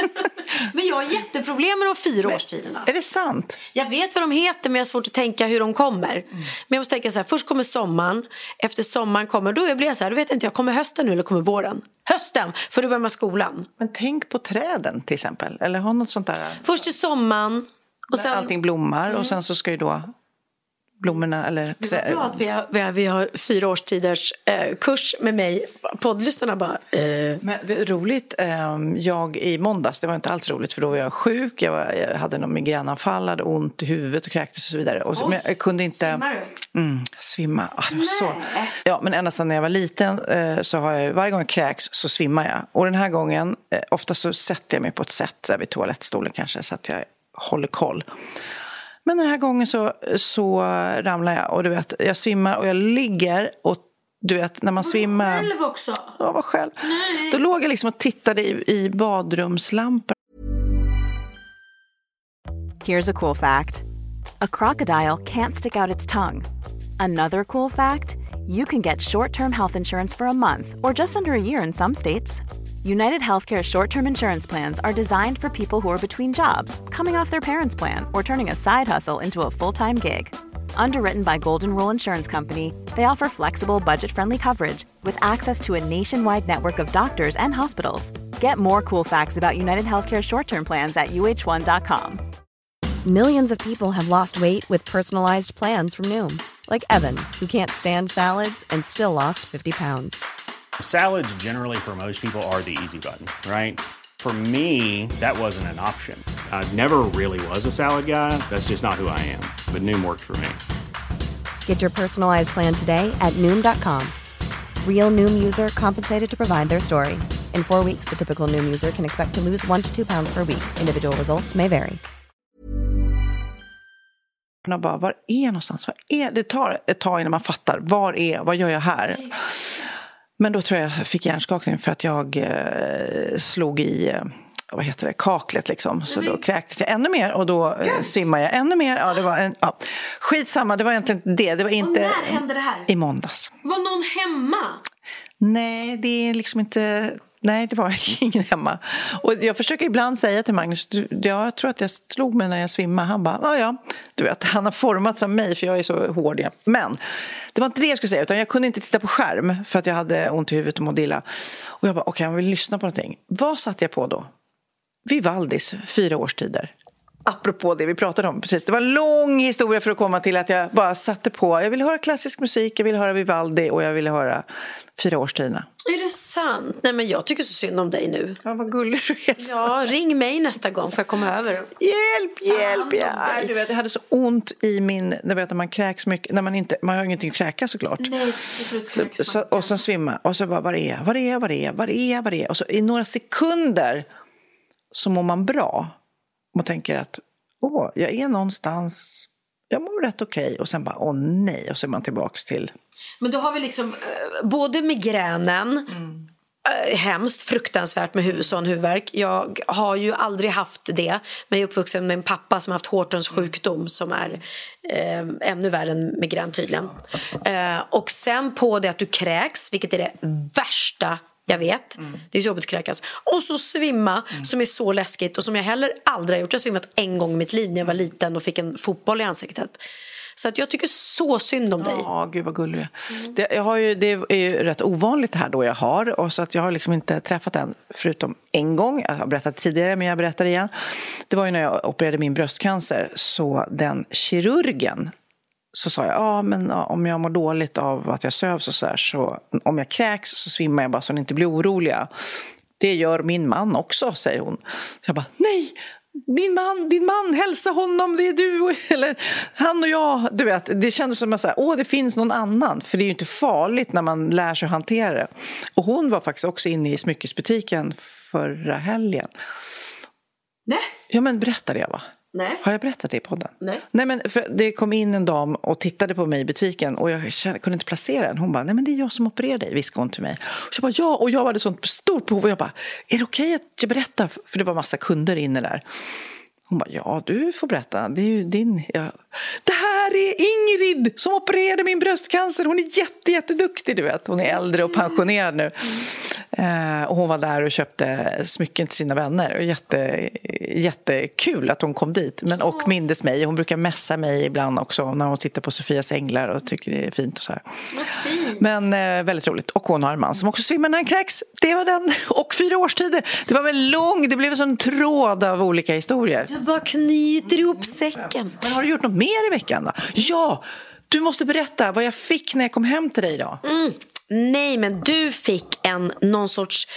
Men jag har jätteproblem med de fyra men, årstiderna. Är det sant? Jag vet vad de heter men jag har svårt att tänka hur de kommer. Mm. Men jag måste tänka så här, först kommer sommaren. Efter sommaren kommer, då blir jag så här, då vet inte jag, kommer hösten nu eller kommer våren? Hösten, för då börjar man skolan. Men tänk på träden till exempel. Eller har något sånt där. Först i sommaren. Och sen, allting blommar mm. och sen så ska ju då blommorna eller trä... Det var bra att vi har, vi har, vi har fyra årstiders eh, kurs med mig. Poddlyssnarna bara... Eh. Men roligt, eh, jag i måndags, det var inte alls roligt för då var jag sjuk. Jag, var, jag hade någon migränanfall, hade ont i huvudet och kräktes och så vidare. Och så, men jag kunde inte... Svimmar du? Mm, svimma. Ah, det var så. Ja, men ända sedan när jag var liten eh, så har jag, varje gång jag kräks så svimmar jag. Och den här gången, eh, ofta så sätter jag mig på ett sätt där vid toalettstolen kanske så att jag håller koll. Men den här gången så, så ramlar jag och du vet, jag svimmar och jag ligger och du vet, när man var svimmar... själv också? Ja, var själv. Nej. Då låg jag liksom och tittade i, i badrumslampan. Here's a cool fact. A crocodile can't stick out its tongue. Another cool fact, you can get short-term health insurance for a month or just under a year in some states. United Healthcare short-term insurance plans are designed for people who are between jobs, coming off their parents' plan, or turning a side hustle into a full-time gig. Underwritten by Golden Rule Insurance Company, they offer flexible, budget-friendly coverage with access to a nationwide network of doctors and hospitals. Get more cool facts about United Healthcare short-term plans at U H one dot com. Millions of people have lost weight with personalized plans from Noom. Like Evan, who can't stand salads and still lost fifty pounds. Salads generally for most people are the easy button, right? For me, that wasn't an option. I never really was a salad guy. That's just not who I am. But Noom worked for me. Get your personalized plan today at Noom dot com. Real Noom user compensated to provide their story. In four weeks, the typical Noom user can expect to lose one to two pounds per week. Individual results may vary. Bara, var är någonstans? Var är? Det tar ett tag innan man fattar. Var är, vad gör jag här? Men då tror jag jag fick hjärnskakning för att jag eh, slog i... Eh, vad heter det, kaklet liksom. Så då kräktes jag ännu mer och då eh, svimmade jag ännu mer. Ja, det var en, ja. Skitsamma, det var egentligen det. Det var inte... Och när hände det här? I måndags. Var någon hemma? Nej, det är liksom inte... Nej, det var ingen hemma. Och jag försöker ibland säga till Magnus, du, jag tror att jag slog mig när jag svimmade. Han bara, ja ja, du vet, han har formats av mig för jag är så hård. Ja. Men det var inte det jag skulle säga, utan jag kunde inte titta på skärm för att jag hade ont i huvudet och mådde illa. Och jag bara, okej, okay, jag vill lyssna på någonting. Vad satt jag på då? Vivaldis fyra årstider. Apropå det vi pratade om precis. Det var en lång historia för att komma till att jag bara satte på. Jag ville höra klassisk musik, jag ville höra Vivaldi och jag ville höra fyra årstiderna. Är det sant? Nej, men jag tycker så synd om dig nu. Ja, vad gullig du är. Ja, ring mig nästa gång för jag kommer över. Hjälp, hjälp, hjälp. Du vet, jag hade så ont i min... Du vet, när man kräks mycket... När man inte... Man har ingenting att kräka såklart. Nej, så, så, så, och så svimma. Och så bara, vad är, vad är, vad är, vad är, vad är. Och så i några sekunder så mår man bra. Man tänker att, åh, jag är någonstans... Jag mår rätt okej. Okay. Och sen bara, åh nej. Och så är man tillbaks till... Men då har vi liksom eh, både migränen, mm. eh, hemskt, fruktansvärt med huvud, sån huvudvärk. Jag har ju aldrig haft det, men jag är uppvuxen med en pappa som har haft Hortons sjukdom som är eh, ännu värre än migrän tydligen. Eh, och sen på det att du kräks, vilket är det värsta jag vet. Mm. Det är så jobbigt att kräkas. Och så svimma, mm. som är så läskigt och som jag heller aldrig har gjort. Jag har svimmat en gång i mitt liv när jag var liten och fick en fotboll i ansiktet. Så att jag tycker så synd om dig. Ja, gud vad gullig. Mm. Det, jag har ju, det är ju rätt ovanligt det här då jag har. Och så att jag har liksom inte träffat en förutom en gång. Jag har berättat tidigare, men jag berättar igen. Det var ju när jag opererade min bröstcancer. Så den kirurgen, så sa jag, ja men ja, om jag mår dåligt av att jag sövs och så här, så om jag kräks så svimmar jag bara så att ni inte blir oroliga. Det gör min man också, säger hon. Så jag bara, nej! Min man, din man, hälsa honom, det är du eller han och jag, du vet, det kändes som att säga, åh, det finns någon annan, för det är ju inte farligt när man lär sig att hantera det. Och hon var faktiskt också inne i smyckesbutiken förra helgen. Nej. Ja, men berättade jag va? Nej. Har jag berättat det i podden? Nej. Nej, men för det kom in en dam och tittade på mig i butiken och jag kände, kunde inte placera den. Hon bara, nej men det är jag som opererar dig, viskade hon till mig. Och jag bara, ja, och jag hade sånt stort behov och jag bara, är det okej att jag berättar? För det var massa kunder inne där. Hon bara, ja du får berätta, det är ju din... Ja. Det här är Ingrid som opererade min bröstcancer. Hon är jätte, jätteduktig, du vet. Hon är äldre och pensionerad nu. Mm. Eh, och hon var där och köpte smycken till sina vänner. Och jätte, jättekul att hon kom dit. Men, och mindes mig. Hon brukar mässa mig ibland också när hon tittar på Sofias änglar och tycker det är fint och så här. Men eh, väldigt roligt. Och hon har en man som också svimmar när han kräks. Det var den. Och fyra årstider. Det var väl lång. Det blev en sån tråd av olika historier. Du bara knyter ihop säcken. Men har du gjort något mer i veckan då? Ja, du måste berätta vad jag fick när jag kom hem till dig idag. Mm. Nej, men du fick en någon sorts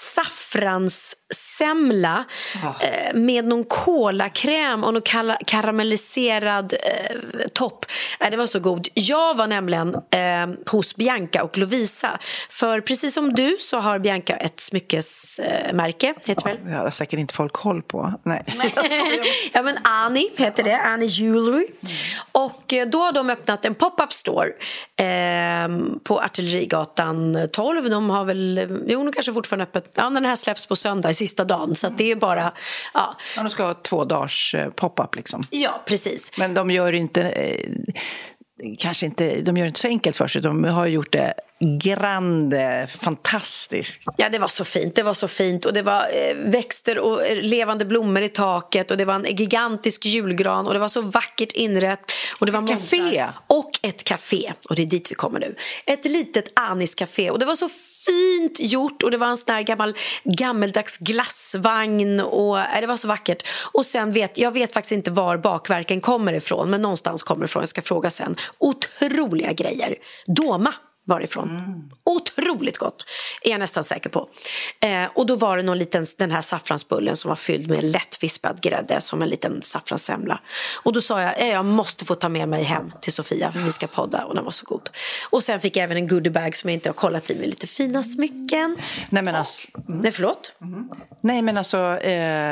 saffranssemla oh. eh, med någon kolakräm och någon kala- karamelliserad eh, topp. Eh, det var så god. Jag var nämligen eh, hos Bianca och Lovisa. För precis som du så har Bianca ett smyckesmärke, eh, heter väl? Ja, jag har säkert inte folk koll på. Nej. Ja, men Annie heter det, Annie Jewelry. Mm. Och eh, då har de öppnat en pop-up store eh, på Artillerigatan tolv. De har väl, jo, de kanske fortfarande öppet. Ja, den här släpps på söndag i sista dagen. Så att det är bara, ja. Ja, de ska ha två dagars pop-up liksom. Ja, precis. Men de gör inte, eh, kanske inte, de gör inte så enkelt för sig. De har gjort det grande, fantastiskt. Ja, det var så fint. Det var så fint. Och det var eh, växter och levande blommor i taket. Och det var en gigantisk julgran. Och det var så vackert inrätt. Och det var café. Och ett café. Och det är dit vi kommer nu. Ett litet Anis-café. Och det var så fint gjort. Och det var en sån här gammal, gammeldags glassvagn. Och eh, det var så vackert. Och sen vet, jag vet faktiskt inte var bakverken kommer ifrån. Men någonstans kommer ifrån. Jag ska fråga sen. Otroliga grejer. Doma varifrån. Mm. Otroligt gott, är jag nästan säker på. Eh, och då var det någon liten, den här saffransbullen som var fylld med lättvispad grädde som en liten saffranssemla. Och då sa jag, eh, jag måste få ta med mig hem till Sofia för vi ska podda, och den var så god. Och sen fick jag även en goodiebag som jag inte har kollat i med lite fina smycken. Nej men alltså... Nej, förlåt? Mm. Nej men alltså... Eh...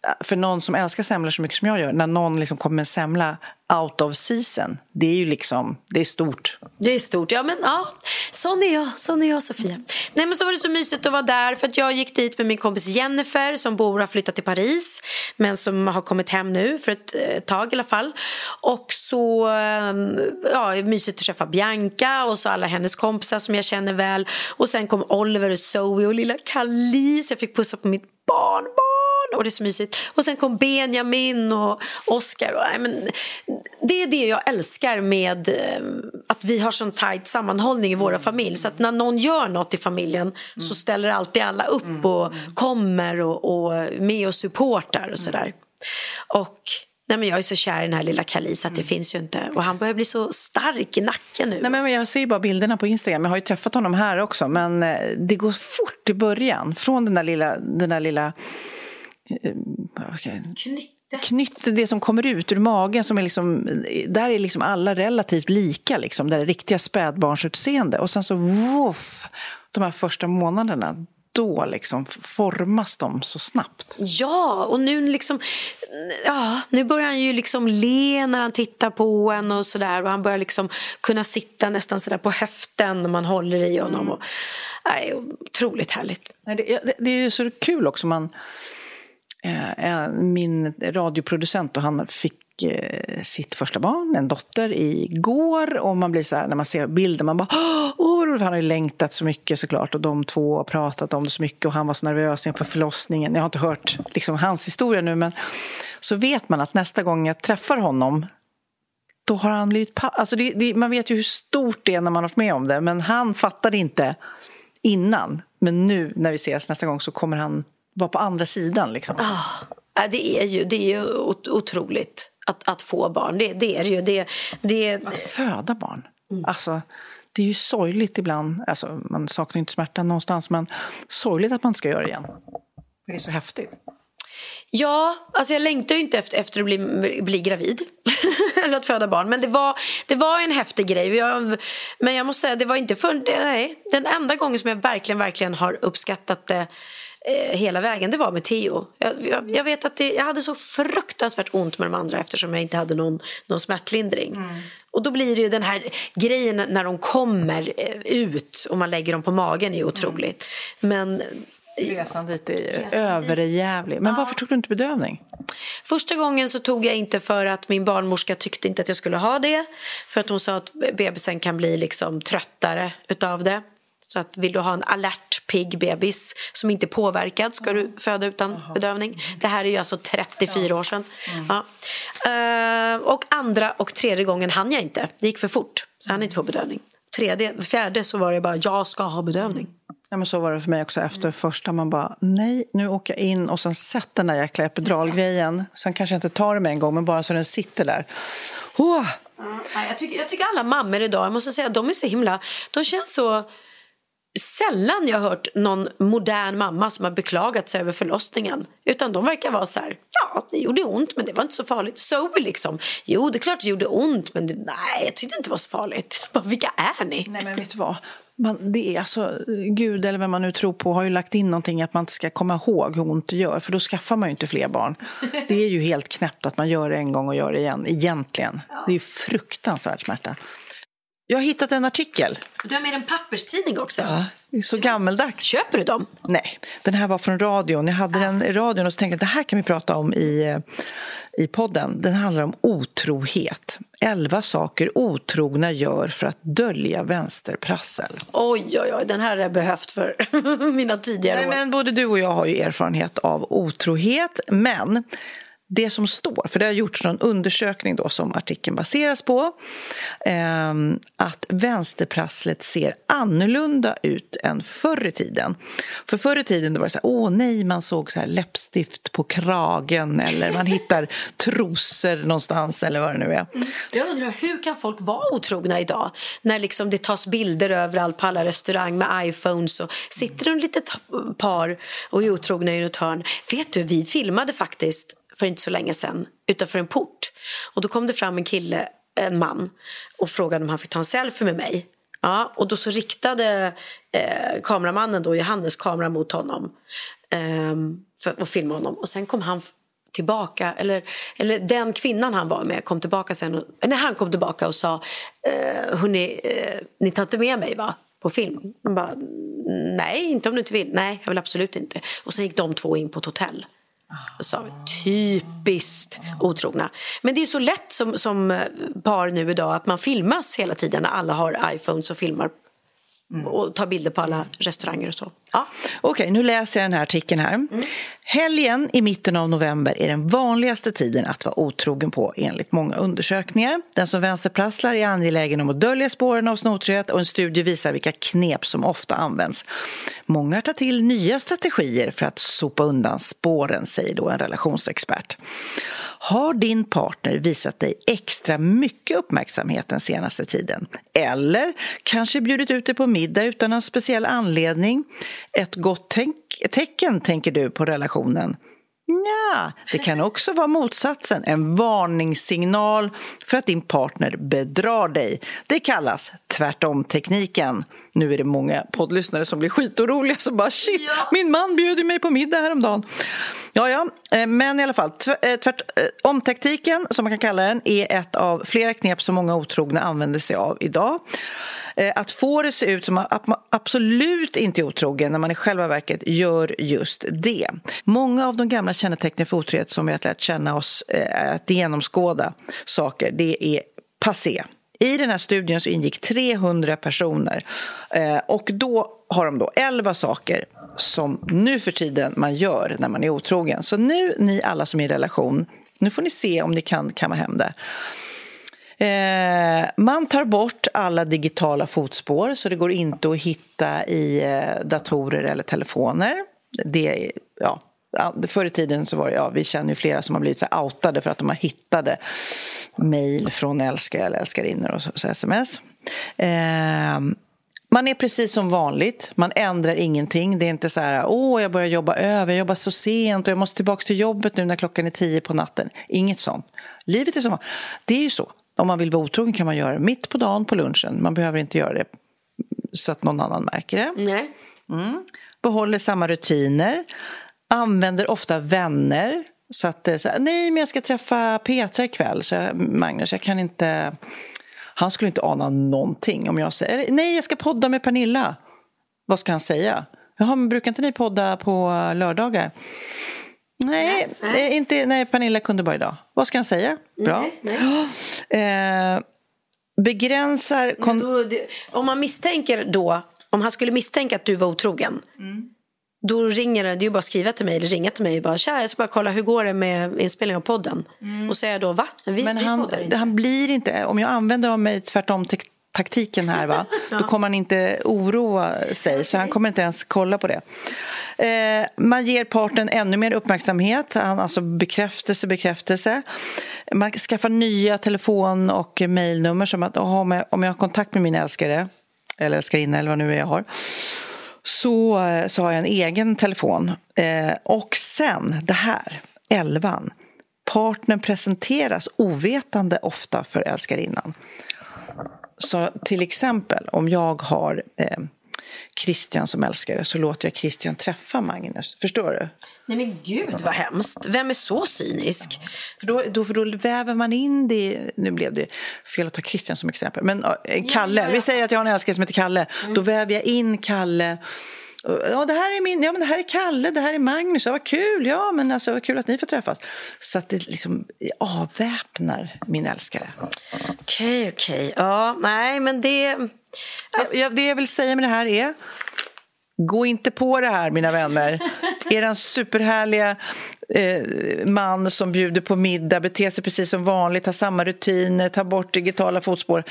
för någon som älskar semlor så mycket som jag gör, när någon liksom kommer med semla out of season, det är ju liksom, det är stort. Det är stort, ja men ja, sån är jag, sån är jag Sofia. Nej men så var det så mysigt att vara där, för att jag gick dit med min kompis Jennifer som bor och har flyttat till Paris, men som har kommit hem nu för ett eh, tag i alla fall. Och så, ja, mysigt att träffa Bianca och så alla hennes kompisar som jag känner väl. Och sen kom Oliver och Zoe och lilla Kallis, jag fick pussa på mitt barnbarn. Och det är så mysigt. Och sen kom Benjamin och Oscar. Och, nej, men, det är det jag älskar med eh, att vi har sån tajt sammanhållning i våra familj. Så att när någon gör något i familjen mm. så ställer alltid alla upp mm. och kommer och, och med och supportar och sådär. Mm. Och nej, men jag är så kär i den här lilla Kalis att det mm. finns ju inte. Och han börjar bli så stark i nacken nu. Nej, men jag ser ju bara bilderna på Instagram. Jag har ju träffat honom här också. Men det går fort i början. Från den där lilla... Den där lilla okay. Knytte. Knytte, det som kommer ut ur magen som är liksom, där är liksom alla relativt lika liksom, där är riktiga spädbarnsutseende och sen så woof, de här första månaderna då liksom formas de så snabbt. Ja, och nu liksom ja, nu börjar han ju liksom le när han tittar på en och sådär, och han börjar liksom kunna sitta nästan sådär på höften när man håller i honom och, nej, otroligt härligt. Nej, det, det, det är ju så kul också, man Eh, min radioproducent och han fick eh, sitt första barn, en dotter, igår, och man blir så här, när man ser bilden, man bara åh, han har ju längtat så mycket såklart, och de två har pratat om det så mycket och han var så nervös inför förlossningen. Jag har inte hört liksom hans historia nu, men så vet man att nästa gång jag träffar honom då har han blivit pa- alltså det, det, man vet ju hur stort det är när man har varit med om det, men han fattade inte innan, men nu när vi ses nästa gång så kommer han var på andra sidan liksom. Ah, det är ju det är ju otroligt att, att få barn. Det, det är ju det, det att föda barn. Mm. Alltså det är ju sorgligt ibland. Alltså man saknar inte smärtan någonstans, men sorgligt att man ska göra det igen. För det är så häftigt. Ja, alltså jag längtar ju inte efter, efter att bli, bli gravid eller att föda barn, men det var, det var en häftig grej. Jag, men jag måste säga, det var inte för nej, den enda gången som jag verkligen, verkligen har uppskattat det eh, hela vägen, det var med Theo. Jag, jag, jag vet att det, jag hade så fruktansvärt ont med de andra eftersom jag inte hade någon, någon smärtlindring. Mm. Och då blir det ju den här grejen när de kommer ut och man lägger dem på magen är ju otroligt. Men resan dit är överjävlig. Men ja. Varför tog du inte bedövning? Första gången så tog jag inte för att min barnmorska tyckte inte att jag skulle ha det. För att hon sa att bebisen kan bli liksom tröttare utav det. Så att vill du ha en alert, pigg bebis som inte är påverkad ska du föda utan Aha. bedövning. Det här är ju alltså trettiofyra ja. år sedan. Mm. Ja. Uh, och andra och tredje gången hann jag inte. Det gick för fort, så han inte få bedövning. Tredje, fjärde så var det bara jag ska ha bedövning. Ja, men så var det för mig också efter första. Man bara, nej, nu åker jag in och sen sätter den där jäkla epiduralgrejen. Sen kanske jag inte tar det med en gång, men bara så den sitter där. Oh. Ja, jag, tycker, jag tycker alla mammor idag, jag måste säga, de är så himla, de känns så sällan jag har hört någon modern mamma som har beklagat sig över förlossningen. Utan de verkar vara så här, ja, det gjorde ont men det var inte så farligt. Så liksom, jo det är klart det gjorde ont men det, nej, jag tyckte inte det var så farligt. Bara, vilka är ni? Nej men vet du vad? Man, det är alltså, Gud eller vad man nu tror på har ju lagt in någonting att man inte ska komma ihåg hur ont det gör. För då skaffar man ju inte fler barn. Det är ju helt knäppt att man gör det en gång och gör det igen, egentligen. Det är ju fruktansvärt smärta. Jag har hittat en artikel. Du har med en papperstidning också. Ja, det är så gammeldags. Köper du dem? Nej, den här var från radion. Jag hade ah. den i radion och så tänkte jag att det här kan vi prata om i, i podden. Den handlar om otrohet. Elva saker otrogna gör för att dölja vänsterprassel. Oj, oj, oj. Den här är behövt för mina tidigare Nej, år. Men både du och jag har ju erfarenhet av otrohet. Men det som står, för det har gjorts någon undersökning då som artikeln baseras på, eh, att vänsterprasslet ser annorlunda ut än förr i tiden. För förr i tiden då var det så här, åh nej, man såg så här läppstift på kragen eller man hittar trosor någonstans eller vad det nu är. Mm. Jag undrar, hur kan folk vara otrogna idag när liksom det tas bilder överallt på alla restaurang med iPhones och sitter en litet par och är otrogna i ett hörn. Vet du, vi filmade faktiskt för inte så länge sedan utanför en port. Och då kom det fram en kille, en man, och frågade om han fick ta en selfie med mig. Ja, och då så riktade eh, kameramannen då Johannes kamera mot honom eh, för att filma honom. Och sen kom han tillbaka, eller, eller den kvinnan han var med kom tillbaka sen och, när han kom tillbaka och sa eh, hörni, eh, ni tar inte med mig va på film. Man bara, nej, inte om du inte vill. Nej, jag vill absolut inte. Och sen gick de två in på ett hotell. Och sa, typiskt otrogna. Men det är så lätt som, som par nu idag att man filmas hela tiden när alla har iPhones och filmar och tar bilder på alla restauranger och så. Ja. Okej, okay, nu läser jag den här artikeln här. Mm. Helgen i mitten av november är den vanligaste tiden att vara otrogen på enligt många undersökningar. Den som vänsterprasslar är angelägen om att dölja spåren av snotrohet och en studie visar vilka knep som ofta används. Många tar till nya strategier för att sopa undan spåren, säger då en relationsexpert. Har din partner visat dig extra mycket uppmärksamhet den senaste tiden? Eller kanske bjudit ut dig på middag utan någon speciell anledning? Ett gott tänk- tecken, tänker du, på relationen? Ja, det kan också vara motsatsen. En varningssignal för att din partner bedrar dig. Det kallas tvärtom-tekniken. Nu är det många poddlyssnare som blir skitoroliga som bara, shit, ja. Min man bjuder mig på middag häromdagen. Ja, ja, men i alla fall, tvärtom-taktiken, som man kan kalla den, är ett av flera knep som många otrogna använder sig av idag. Att få det se ut som att man absolut inte är otrogen när man i själva verket gör just det. Många av de gamla kännetecknen för otrohet som vi har lärt känna oss att genomskåda saker, det är passé. I den här studien så ingick trehundra personer och då har de då elva saker som nu för tiden man gör när man är otrogen. Så nu, ni alla som är i relation, nu får ni se om ni kan kamma hem det. Eh, man tar bort alla digitala fotspår så det går inte att hitta i eh, datorer eller telefoner. Det är, ja, förr i tiden så var det, ja, vi känner ju flera som har blivit så outade för att de har hittade mejl från älskare eller älskarinnor och så, så sms. Eh, man är precis som vanligt, man ändrar ingenting. Det är inte så här, åh jag börjar jobba över, jag jobbar så sent och jag måste tillbaka till jobbet nu när klockan är tio på natten. Inget sånt. Livet är som, det är ju så. Om man vill vara otrogen kan man göra det mitt på dagen på lunchen. Man behöver inte göra det så att någon annan märker det. Nej. Mm. Behåller samma rutiner. Använder ofta vänner. Så att det är så här, nej men jag ska träffa Petra ikväll. Så jag, Magnus, jag kan inte... Han skulle inte ana någonting om jag säger, nej jag ska podda med Pernilla. Vad ska han säga? Jaha, men brukar inte ni podda på lördagar? Nej, nej, nej. Inte, nej, Pernilla kunde bara idag. Vad ska han säga? Bra. Nej, nej. Eh, begränsar... Kon- då, det, om man misstänker då, om han skulle misstänka att du var otrogen, mm. då ringer det, det är ju bara att skriva till mig eller ringa till mig och bara, tja, jag ska bara kolla hur går det med inspelning av podden. Mm. Och säger då, va? Vi, Men vi han, han blir inte, om jag använder av mig tvärtom te- taktiken här va, ja. Då kommer han inte oroa sig, så han kommer inte ens kolla på det. Eh, man ger parten ännu mer uppmärksamhet, han, alltså bekräftelse, bekräftelse. Man skaffar nya telefon- och mejlnummer som att oh, om, jag, om jag har kontakt med min älskare eller älskarinna eller vad nu jag har, så, så har jag en egen telefon. Eh, och sen det här, elvan. Partnern presenteras ovetande ofta för älskarinnan. Så till exempel om jag har eh, Christian som älskare så låter jag Christian träffa Magnus. Förstår du? Nej men gud vad hemskt. Vem är så cynisk? För då, då, för då väver man in det. Nu blev det fel att ta Christian som exempel. Men äh, Kalle, ja, ja, ja. Vi säger att jag har en älskare som heter Kalle. Mm. Då väver jag in Kalle. Ja, det här är min, ja men det här är Kalle, det här är Magnus. Ja, vad kul. Ja, men alltså vad kul att ni får träffas. Så att det liksom avväpnar min älskare. Okej, okay, okej. Okay. Ja, nej men det alltså... ja, det jag vill säga med det här är, gå inte på det här, mina vänner. Eran superhärliga eh, man som bjuder på middag, beter sig precis som vanligt, har samma rutiner, tar bort digitala fotspår.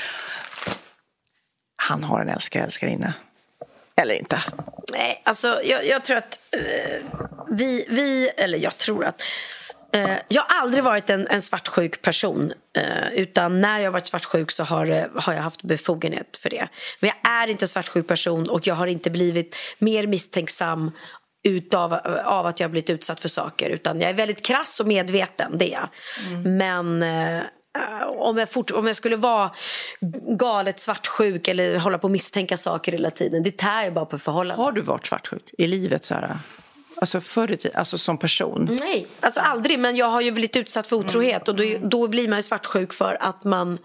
Han har en älskare, älskarinna. Eller inte? Nej, alltså jag, jag tror att eh, vi, vi, eller jag tror att eh, jag har aldrig varit en, en svartsjuk person, eh, utan när jag har varit svartsjuk så har, har jag haft befogenhet för det. Men jag är inte en svartsjuk person och jag har inte blivit mer misstänksam utav, av att jag har blivit utsatt för saker, utan jag är väldigt krass och medveten, det är jag. Mm. Men... Eh, Om jag, fort, om jag skulle vara galet svartsjuk eller hålla på att misstänka saker hela tiden, det tär ju bara på förhållanden. Har du varit svartsjuk i livet, Sara? Alltså förr i tiden, alltså som person? Nej, alltså aldrig. Men jag har ju blivit utsatt för otrohet. Och då, då blir man ju svartsjuk för att man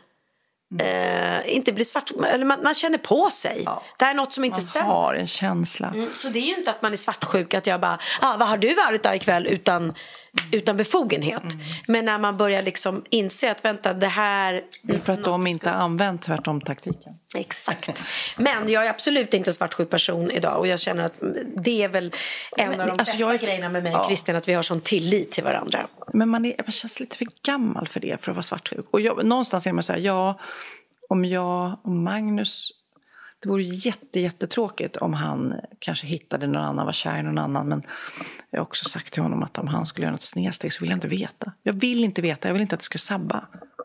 eh, inte blir svart... Eller man, man känner på sig. Ja. Det är något som inte man stämmer. Man har en känsla. Mm, så det är ju inte att man är svartsjuk, att jag bara, ah, vad har du varit där ikväll utan... utan befogenhet. Mm. Men när man börjar liksom inse att vänta, det här... Det är för att de inte har använt tvärtom taktiken. Exakt. Men jag är absolut inte en svartsjuk person idag. Och jag känner att det är väl en men, av de alltså bästa är... grejerna med mig och ja. Christian, att vi har sån tillit till varandra. Men man, är, man känns lite för gammal för det, för att vara svartsjuk. Och jag, någonstans är man så här, ja, om jag och Magnus... Det vore jätte, jättetråkigt om han kanske hittade någon annan, var kär i någon annan. Men jag har också sagt till honom att om han skulle göra något snedsteg så vill jag inte veta. Jag vill inte veta, jag vill inte att det ska sabba.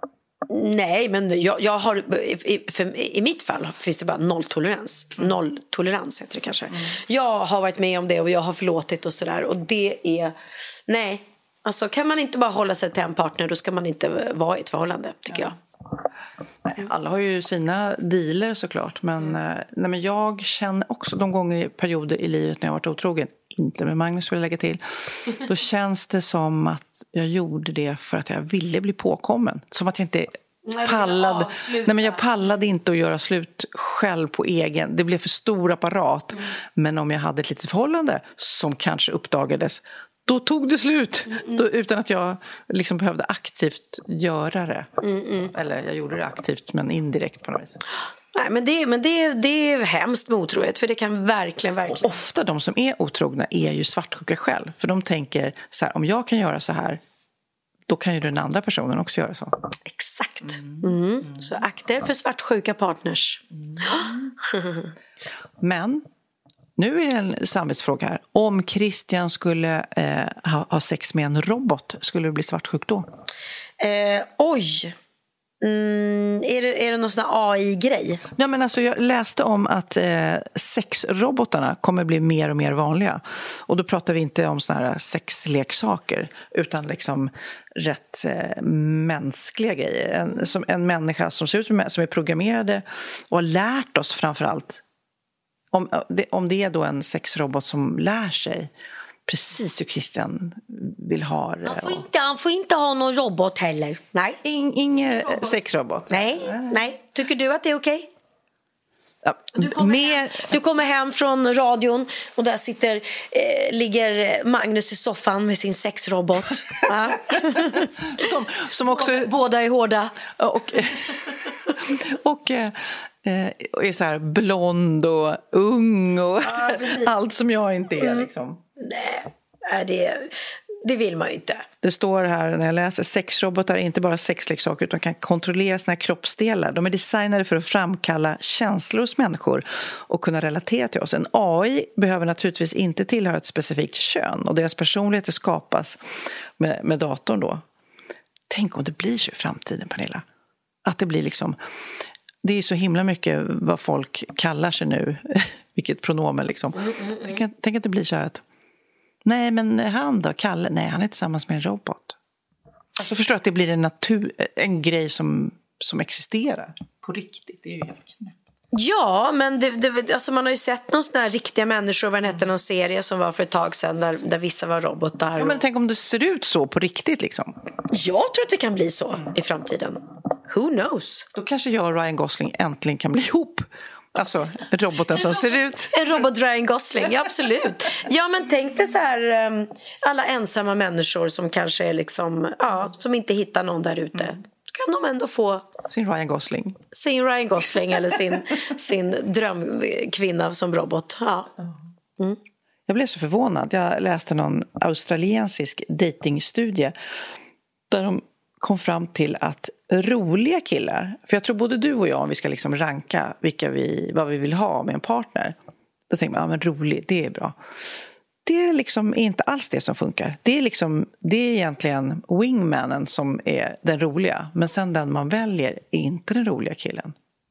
Nej, men jag, jag har, i, för, i mitt fall finns det bara nolltolerans. Mm. Nolltolerans heter det kanske. Mm. Jag har varit med om det och jag har förlåtit och sådär. Och det är, nej, alltså kan man inte bara hålla sig till en partner, då ska man inte vara i ett förhållande, tycker ja. jag. Nej, alla har ju sina dealer såklart. Men, mm. nej, men jag känner också de gånger i perioder i livet när jag har varit otrogen, inte med Magnus vill jag lägga till, då känns det som att jag gjorde det för att jag ville bli påkommen. Som att jag inte pallade, nej, men jag pallade inte att göra slut själv på egen. Det blev för stor apparat. Mm. Men om jag hade ett litet förhållande som kanske uppdagades, då tog det slut. Mm. Då, utan att jag liksom behövde aktivt göra det. Mm, mm. Eller jag gjorde det aktivt men indirekt på något vis. Nej, men det, men det, det är hemskt med otrohet. För det kan verkligen, verkligen... Och ofta de som är otrogna är ju svartsjuka själv. För de tänker så här, om jag kan göra så här, då kan ju den andra personen också göra så. Exakt. Mm. Mm. Så akta er för svartsjuka partners. Mm. Men... Nu är det en samvetsfråga här. Om Christian skulle eh, ha, ha sex med en robot, skulle det bli svartsjuk då? Eh, oj! Mm, är, det, är det någon sån här A I-grej? Ja, men alltså, jag läste om att eh, sexrobotarna kommer bli mer och mer vanliga. Och då pratar vi inte om såna här sexleksaker, utan liksom rätt eh, mänskliga grejer. En, som en människa som ser ut som, som är programmerade och har lärt oss framförallt. Om det, om det är då en sexrobot som lär sig precis hur Christian vill ha det. Han får inte, han får inte ha någon robot heller. Nej. In, ingen robot. Sexrobot. Nej, nej. Tycker du att det är okej? Okay? Ja, du, kommer mer... hem, du kommer hem från radion och där sitter, eh, ligger Magnus i soffan med sin sexrobot. som, som också... Båda, båda är hårda. Och... och och är så här blond och ung och ja, allt som jag inte är liksom. Nej, det, det vill man ju inte. Det står här när jag läser, sexrobotar är inte bara sexleksaker utan kan kontrollera sina kroppsdelar. De är designade för att framkalla känslor hos människor och kunna relatera till oss. En A I behöver naturligtvis inte tillhöra ett specifikt kön och deras personligheter skapas med, med datorn då. Tänk om det blir så i framtiden, Pernilla. Att det blir liksom... Det är så himla mycket vad folk kallar sig nu. Vilket pronomen liksom. Mm, mm, mm. Tänk, tänk att det blir så här att... Nej, men han då, Kalle? Nej, han är tillsammans med en robot. Alltså förstår att det blir en, natur, en grej som, som existerar på riktigt. Det är ju helt knäppt. Ja, men det, det, alltså man har ju sett någon sån där riktiga människor. Vad hette någon serie som var för ett tag sedan där, där vissa var robotar. Ja, men tänk om det ser ut så på riktigt liksom. Jag tror att det kan bli så i framtiden. Who knows? Då kanske jag och Ryan Gosling äntligen kan bli ihop. Alltså, roboten som ser ut. En robot Ryan Gosling, ja, absolut. Ja, men tänk dig så här, um, alla ensamma människor som kanske är liksom, ja, som inte hittar någon där ute. Mm. Kan de ändå få sin Ryan Gosling. Sin Ryan Gosling eller sin, sin drömkvinna som robot. Ja. Mm. Jag blev så förvånad. Jag läste någon australiensisk datingstudie där de kom fram till att roliga killar, för jag tror både du och jag, om vi ska liksom ranka vilka vi, vad vi vill ha med en partner, då tänker man, ja men rolig, det är bra. Det är liksom inte alls det som funkar. Det är liksom, det är egentligen wingmanen som är den roliga, men sen den man väljer är inte den roliga killen.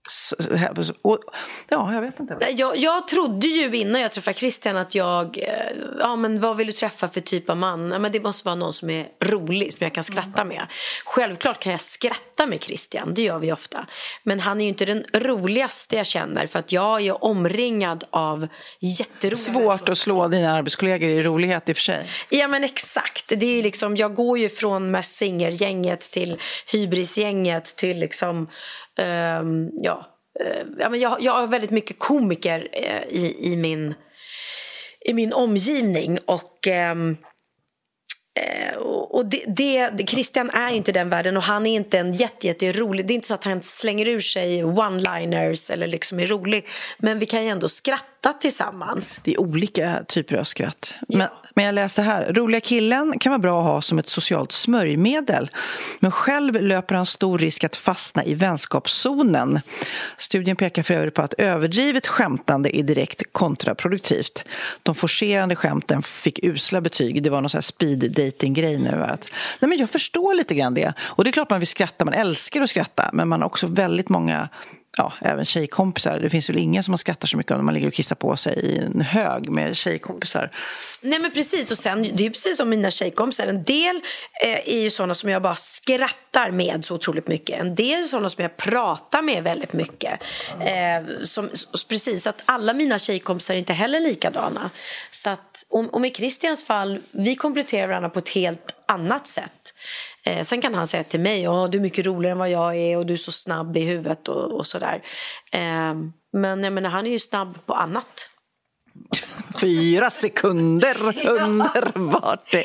Och, ja, jag vet inte. Jag, jag trodde ju innan jag träffade Christian att jag, ja men vad vill du träffa för typ av man? Ja, men det måste vara någon som är rolig, som jag kan skratta med. Självklart kan jag skratta med Christian, det gör vi ofta. Men han är ju inte den roligaste jag känner, för att jag är omringad av jätteroliga. Svårt att slå dina arbetskollegor i rolighet i och för sig. Ja men exakt, det är liksom, jag går ju från Messinger-gänget till Hybris-gänget till liksom Um, ja, uh, ja men jag, jag har väldigt mycket komiker uh, i, i, min, i min omgivning och, um, uh, och det, det, Christian är ju inte den världen och han är inte en jätte, jätte rolig. Det är inte så att han slänger ur sig one-liners eller liksom är rolig, men vi kan ju ändå skratta tillsammans. Det är olika typer av skratt. Ja. Men, men jag läste här, roliga killen kan vara bra att ha som ett socialt smörjmedel, men själv löper han stor risk att fastna i vänskapszonen. Studien pekar för övrigt på att överdrivet skämtande är direkt kontraproduktivt. De forcerande skämten fick usla betyg. Det var någon sån här speed dating grej nu. Att, nej men jag förstår lite grann det. Och det är klart man vill skratta, man älskar att skratta, men man har också väldigt många, ja, även tjejkompisar. Det finns väl ingen som man skrattar så mycket om när man ligger och kissar på sig i en hög med tjejkompisar. Nej men precis, och sen, det är precis som mina tjejkompisar. En del eh, är ju sådana som jag bara skrattar med så otroligt mycket. En del är sådana som jag pratar med väldigt mycket. Eh, som, precis, att alla mina tjejkompisar är inte heller likadana. Så att, om, om i Christians fall, vi kompletterar varandra på ett helt annat sätt. Eh, sen kan han säga till mig, ja, du är mycket roligare än vad jag är och du är så snabb i huvudet och, och sådär. Eh, men jag menar, han är ju snabb på annat. Fyra sekunder underbart det.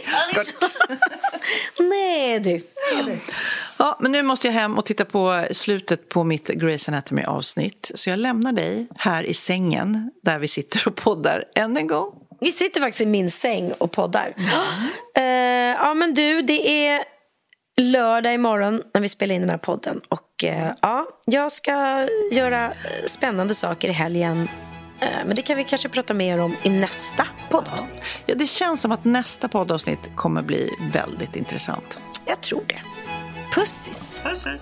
Nej du. Ja, men nu måste jag hem och titta på slutet på mitt Grey's Anatomy-avsnitt. Så jag lämnar dig här i sängen där vi sitter och poddar än en gång. Vi sitter faktiskt i min säng och poddar. Mm. Uh, ja, men du, det är lördag imorgon när vi spelar in den här podden. Och uh, ja, jag ska göra spännande saker i helgen. Uh, men det kan vi kanske prata mer om i nästa poddavsnitt. Ja, det känns som att nästa poddavsnitt kommer bli väldigt intressant. Jag tror det. Pussis. Pussis.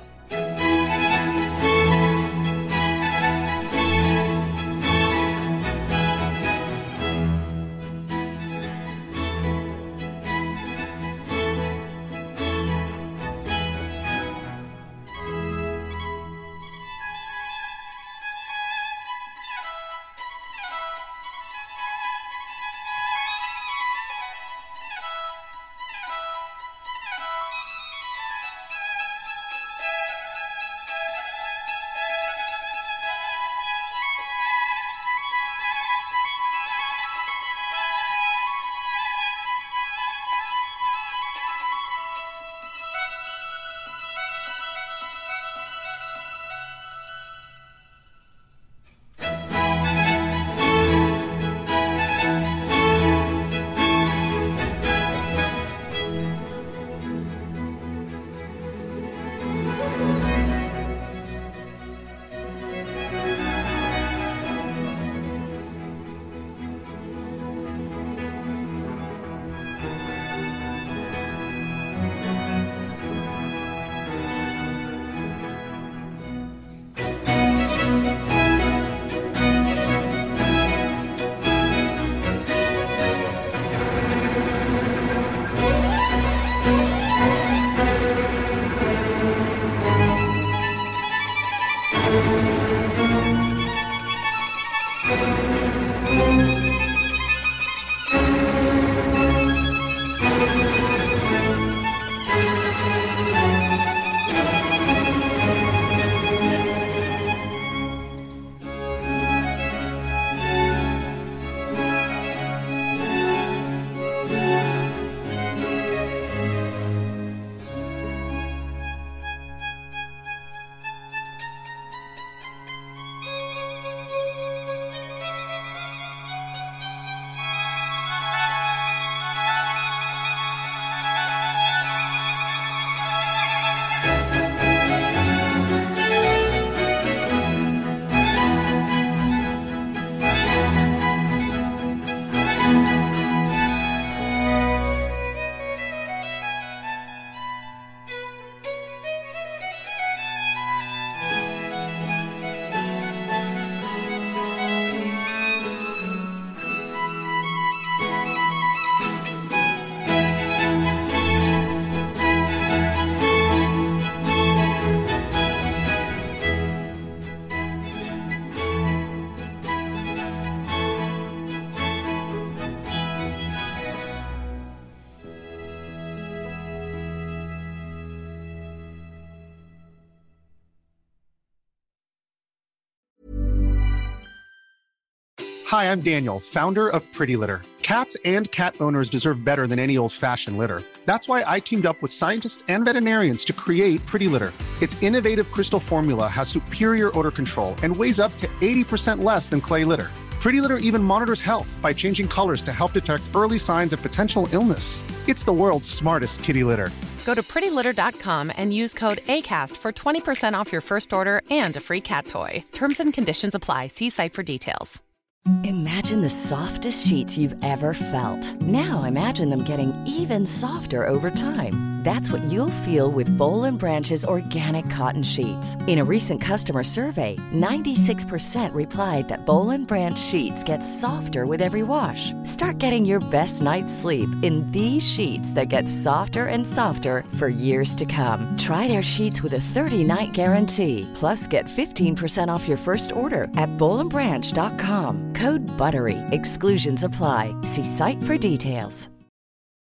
Hi, I'm Daniel, founder of Pretty Litter. Cats and cat owners deserve better than any old-fashioned litter. That's why I teamed up with scientists and veterinarians to create Pretty Litter. Its innovative crystal formula has superior odor control and weighs up to eighty percent less than clay litter. Pretty Litter even monitors health by changing colors to help detect early signs of potential illness. It's the world's smartest kitty litter. Go to pretty litter dot com and use code ACAST for twenty percent off your first order and a free cat toy. Terms and conditions apply. See site for details. Imagine the softest sheets you've ever felt. Now imagine them getting even softer over time. That's what you'll feel with Boll and Branch's organic cotton sheets. In a recent customer survey, ninety-six percent replied that Boll and Branch sheets get softer with every wash. Start getting your best night's sleep in these sheets that get softer and softer for years to come. Try their sheets with a thirty-night guarantee. Plus, get fifteen percent off your first order at boll and branch dot com. Code BUTTERY. Exclusions apply. See site for details.